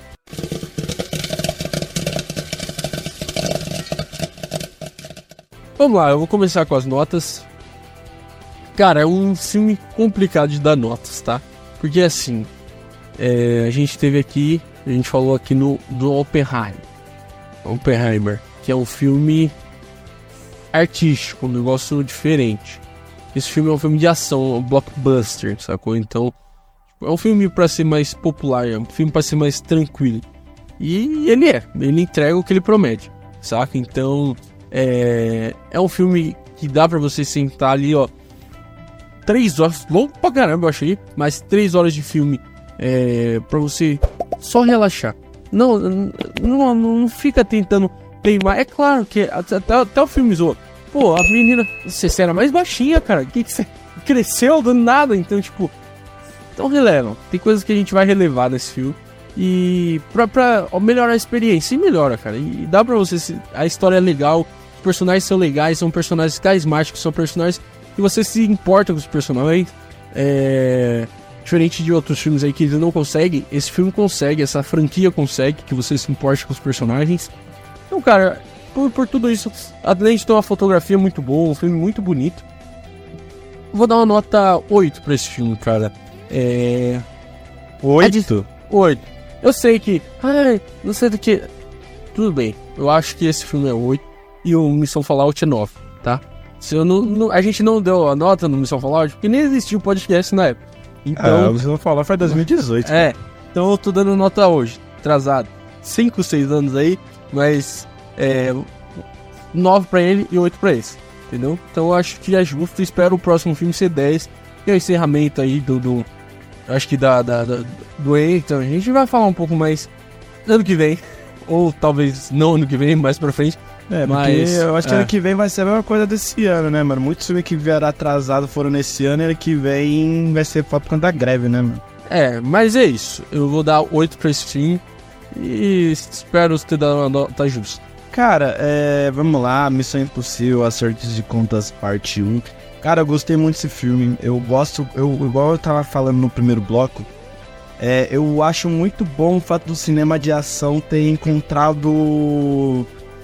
Vamos lá, eu vou começar com as notas. Cara, é um filme complicado de dar notas, tá? Porque assim, é, a gente teve aqui, a gente falou aqui no do Oppenheimer, Oppenheimer, que é um filme artístico, um negócio diferente. Esse filme é um filme de ação, um blockbuster, sacou? Então, é um filme pra ser mais popular, é um filme pra ser mais tranquilo. E ele é, ele entrega o que ele promete, saca? Então, é, é um filme que dá pra você sentar ali, ó, três horas, longo pra caramba, eu achei, mas três horas de filme é, pra você só relaxar. Não, não, não fica tentando teimar. É claro que até, até o filme zoou. Pô, a menina, você era mais baixinha, cara. Que que você cresceu do nada? Então, tipo, então relevam. Tem coisas que a gente vai relevar nesse filme. E pra, pra melhorar a experiência, e melhora, cara. E dá pra você. Se, a história é legal, os personagens são legais, são personagens carismáticos, são personagens que você se importa com os personagens. É... Diferente de outros filmes aí que eles não conseguem, esse filme consegue, essa franquia consegue, que você se importe com os personagens. Então, cara, por, por tudo isso, além de ter uma fotografia muito boa, um filme muito bonito, vou dar uma nota oito pra esse filme, cara. É... oito? oito. Eu sei que... Ai, não sei do que... Tudo bem, eu acho que esse filme é oito e o Missão Fallout é nove, tá? Se eu não, não, a gente não deu a nota no Missão Fallout, porque nem existia o podcast na época. Então, ah, o Missão Fallout foi dois mil e dezoito. É, então eu tô dando nota hoje, atrasado. cinco, seis anos aí, mas é, nove pra ele e oito pra esse, entendeu? Então eu acho que é justo, espero o próximo filme ser dez. E o encerramento aí do... do acho que da, da, da do Então a gente vai falar um pouco mais ano que vem. Ou talvez não ano que vem, mais pra frente. É, mas eu acho que é. ano que vem vai ser a mesma coisa desse ano, né, mano? Muitos filmes que vieram atrasados foram nesse ano, e ano que vem vai ser por conta da greve, né, mano? É, mas é isso. Eu vou dar oito pra esse filme. E espero ter dado uma nota justa. Cara, é, vamos lá, Missão Impossível, Acertos de Contas, parte um. Cara, eu gostei muito desse filme. Eu gosto, eu, igual eu tava falando no primeiro bloco, é, eu acho muito bom o fato do cinema de ação ter encontrado,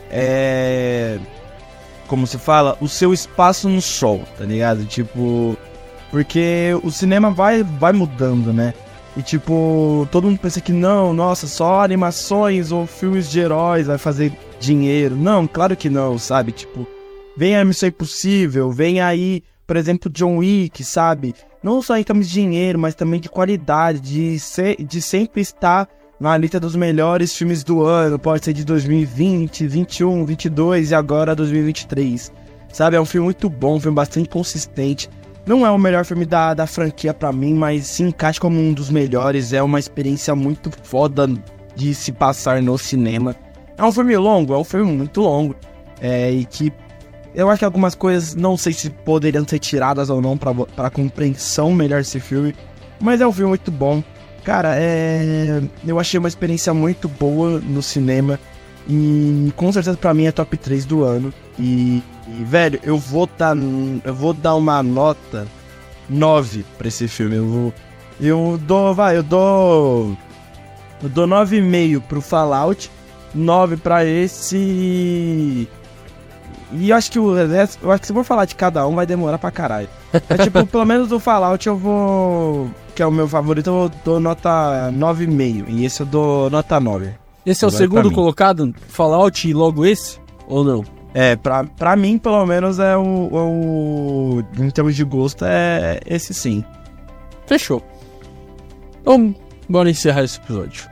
é, como se fala, o seu espaço no sol, tá ligado? Tipo, porque o cinema vai, vai mudando, né? E tipo, todo mundo pensa que não, nossa, só animações ou filmes de heróis vai fazer dinheiro. Não, claro que não, sabe? Tipo, vem a Missão Impossível, vem aí, por exemplo, John Wick, sabe? Não só em termos de dinheiro, mas também de qualidade, de, ser, de sempre estar na lista dos melhores filmes do ano. Pode ser de dois mil e vinte, vinte e um, vinte e dois e agora dois mil e vinte e três. Sabe, é um filme muito bom, um filme bastante consistente. Não é o melhor filme da, da franquia pra mim, mas se encaixa como um dos melhores. É uma experiência muito foda de se passar no cinema. É um filme longo, é um filme muito longo. É, e que eu acho que algumas coisas não sei se poderiam ser tiradas ou não pra, pra compreensão melhor desse filme. Mas é um filme muito bom. Cara, é, eu achei uma experiência muito boa no cinema. E com certeza pra mim é top três do ano. E, e velho, eu vou dar, eu vou dar uma nota nove pra esse filme. Eu vou, eu dou, vai, eu dou, eu dou nove vírgula cinco pro Fallout, nove pra esse. E eu acho que o resto, eu acho que se eu for falar de cada um vai demorar pra caralho. É tipo, pelo menos do Fallout eu vou, que é o meu favorito, eu dou nota nove vírgula cinco. E esse eu dou nota nove. Esse é o segundo colocado, Fallout, e logo esse? Ou não? É, pra, pra mim, pelo menos, é o, é o... Em termos de gosto, é esse sim. Fechou. Então, bora encerrar esse episódio.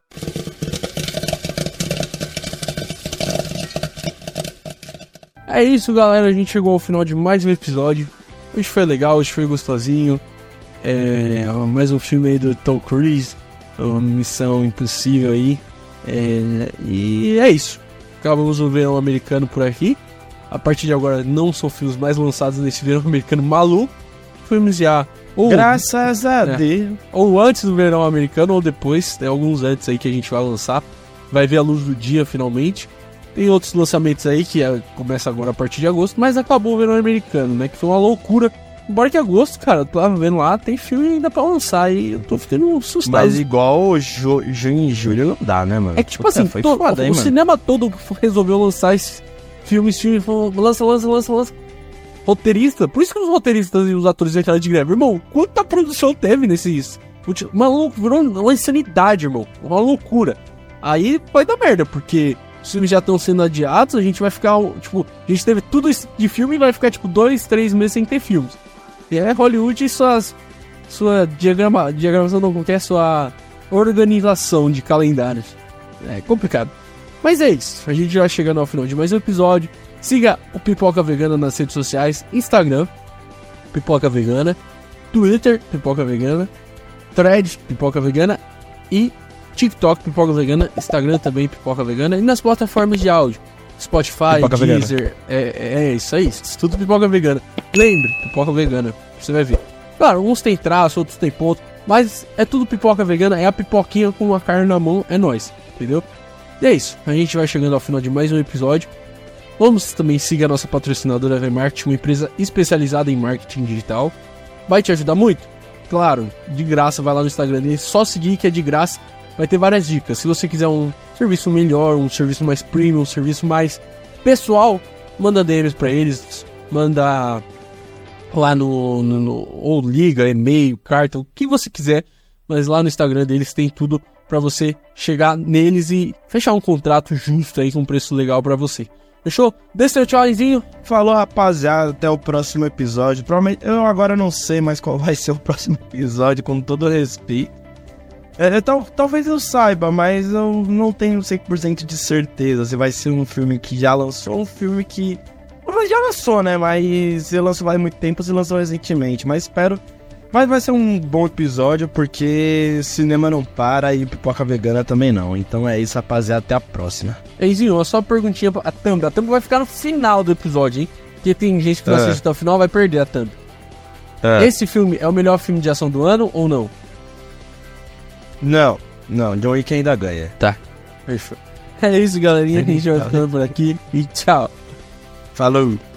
É isso, galera. A gente chegou ao final de mais um episódio. Hoje foi legal, hoje foi gostosinho. É, mais um filme aí do Tom Cruise. Uma Missão Impossível aí. É, e é isso. Acabamos o verão americano por aqui. A partir de agora não são filmes mais lançados nesse verão americano maluco. Filmes já ou, graças a é, Deus, ou antes do verão americano ou depois. Tem alguns antes aí que a gente vai lançar. Vai ver a luz do dia finalmente. Tem outros lançamentos aí que é, começa agora a partir de agosto. Mas acabou o verão americano, né? Que foi uma loucura. Embora que agosto, cara, eu tava vendo lá, tem filme ainda pra lançar e eu tô ficando assustado. Mas igual junho e julho não dá, né, mano? É que tipo Puta, assim, foi to, foda, o, hein, o mano? cinema todo resolveu lançar esses filmes, filmes, lança, lança, lança, lança. Roteirista, por isso que os roteiristas e os atores entraram de greve. Irmão, quanta produção teve nesses... Maluco, virou uma insanidade, irmão. Uma loucura. Aí vai dar merda, porque os filmes já estão sendo adiados, a gente vai ficar, tipo... A gente teve tudo isso de filme e vai ficar, tipo, dois, três meses sem ter filmes. E é Hollywood e suas... Sua diagrama, diagramação, não, como que é? Sua organização de calendários. É complicado. Mas é isso, a gente vai chegando ao final de mais um episódio. Siga o Pipoca Vegana nas redes sociais, Instagram, Pipoca Vegana, Twitter, Pipoca Vegana, Thread, Pipoca Vegana e TikTok, Pipoca Vegana, Instagram também, Pipoca Vegana, e nas plataformas de áudio, Spotify, Pipoca Deezer, é, é, é isso aí, tudo Pipoca Vegana. Lembre, Pipoca Vegana, você vai ver. Claro, uns tem traço, outros tem ponto, mas é tudo Pipoca Vegana, é a pipoquinha com a carne na mão, é nóis, entendeu? E é isso, a gente vai chegando ao final de mais um episódio. Vamos também seguir a nossa patrocinadora Evermarket, uma empresa especializada em marketing digital. Vai te ajudar muito? claro, de graça, vai lá no Instagram dele, só seguir que é de graça, vai ter várias dicas. Se você quiser um serviço melhor, um serviço mais premium, um serviço mais pessoal, manda D Ms pra eles, manda lá no, no, no ou liga, e-mail, carta, o que você quiser, mas lá no Instagram deles tem tudo pra você chegar neles e fechar um contrato justo aí com um preço legal pra você. Fechou? Dê seu tchauzinho. Falou, rapaziada, até o próximo episódio. Provavelmente, eu agora não sei mais qual vai ser o próximo episódio, com todo respeito. É, tal, talvez eu saiba, mas eu não tenho cem por cento de certeza se vai ser um filme que já lançou, um filme que... Já lançou, né? Mas se lançou faz muito tempo, se lançou recentemente. Mas espero... Mas vai ser um bom episódio, porque cinema não para e pipoca vegana também não. Então é isso, rapaziada. Até a próxima. Eizinho, só uma perguntinha pra a thumb. A thumb vai ficar no final do episódio, hein? Porque tem gente que não É. assiste até o final, vai perder a thumb. É. Esse filme é o melhor filme de ação do ano ou não? Não, não. John Wick ainda ganha. Tá. Fechou. É isso, galerinha. A gente vai ficando por aqui. E tchau. Falou.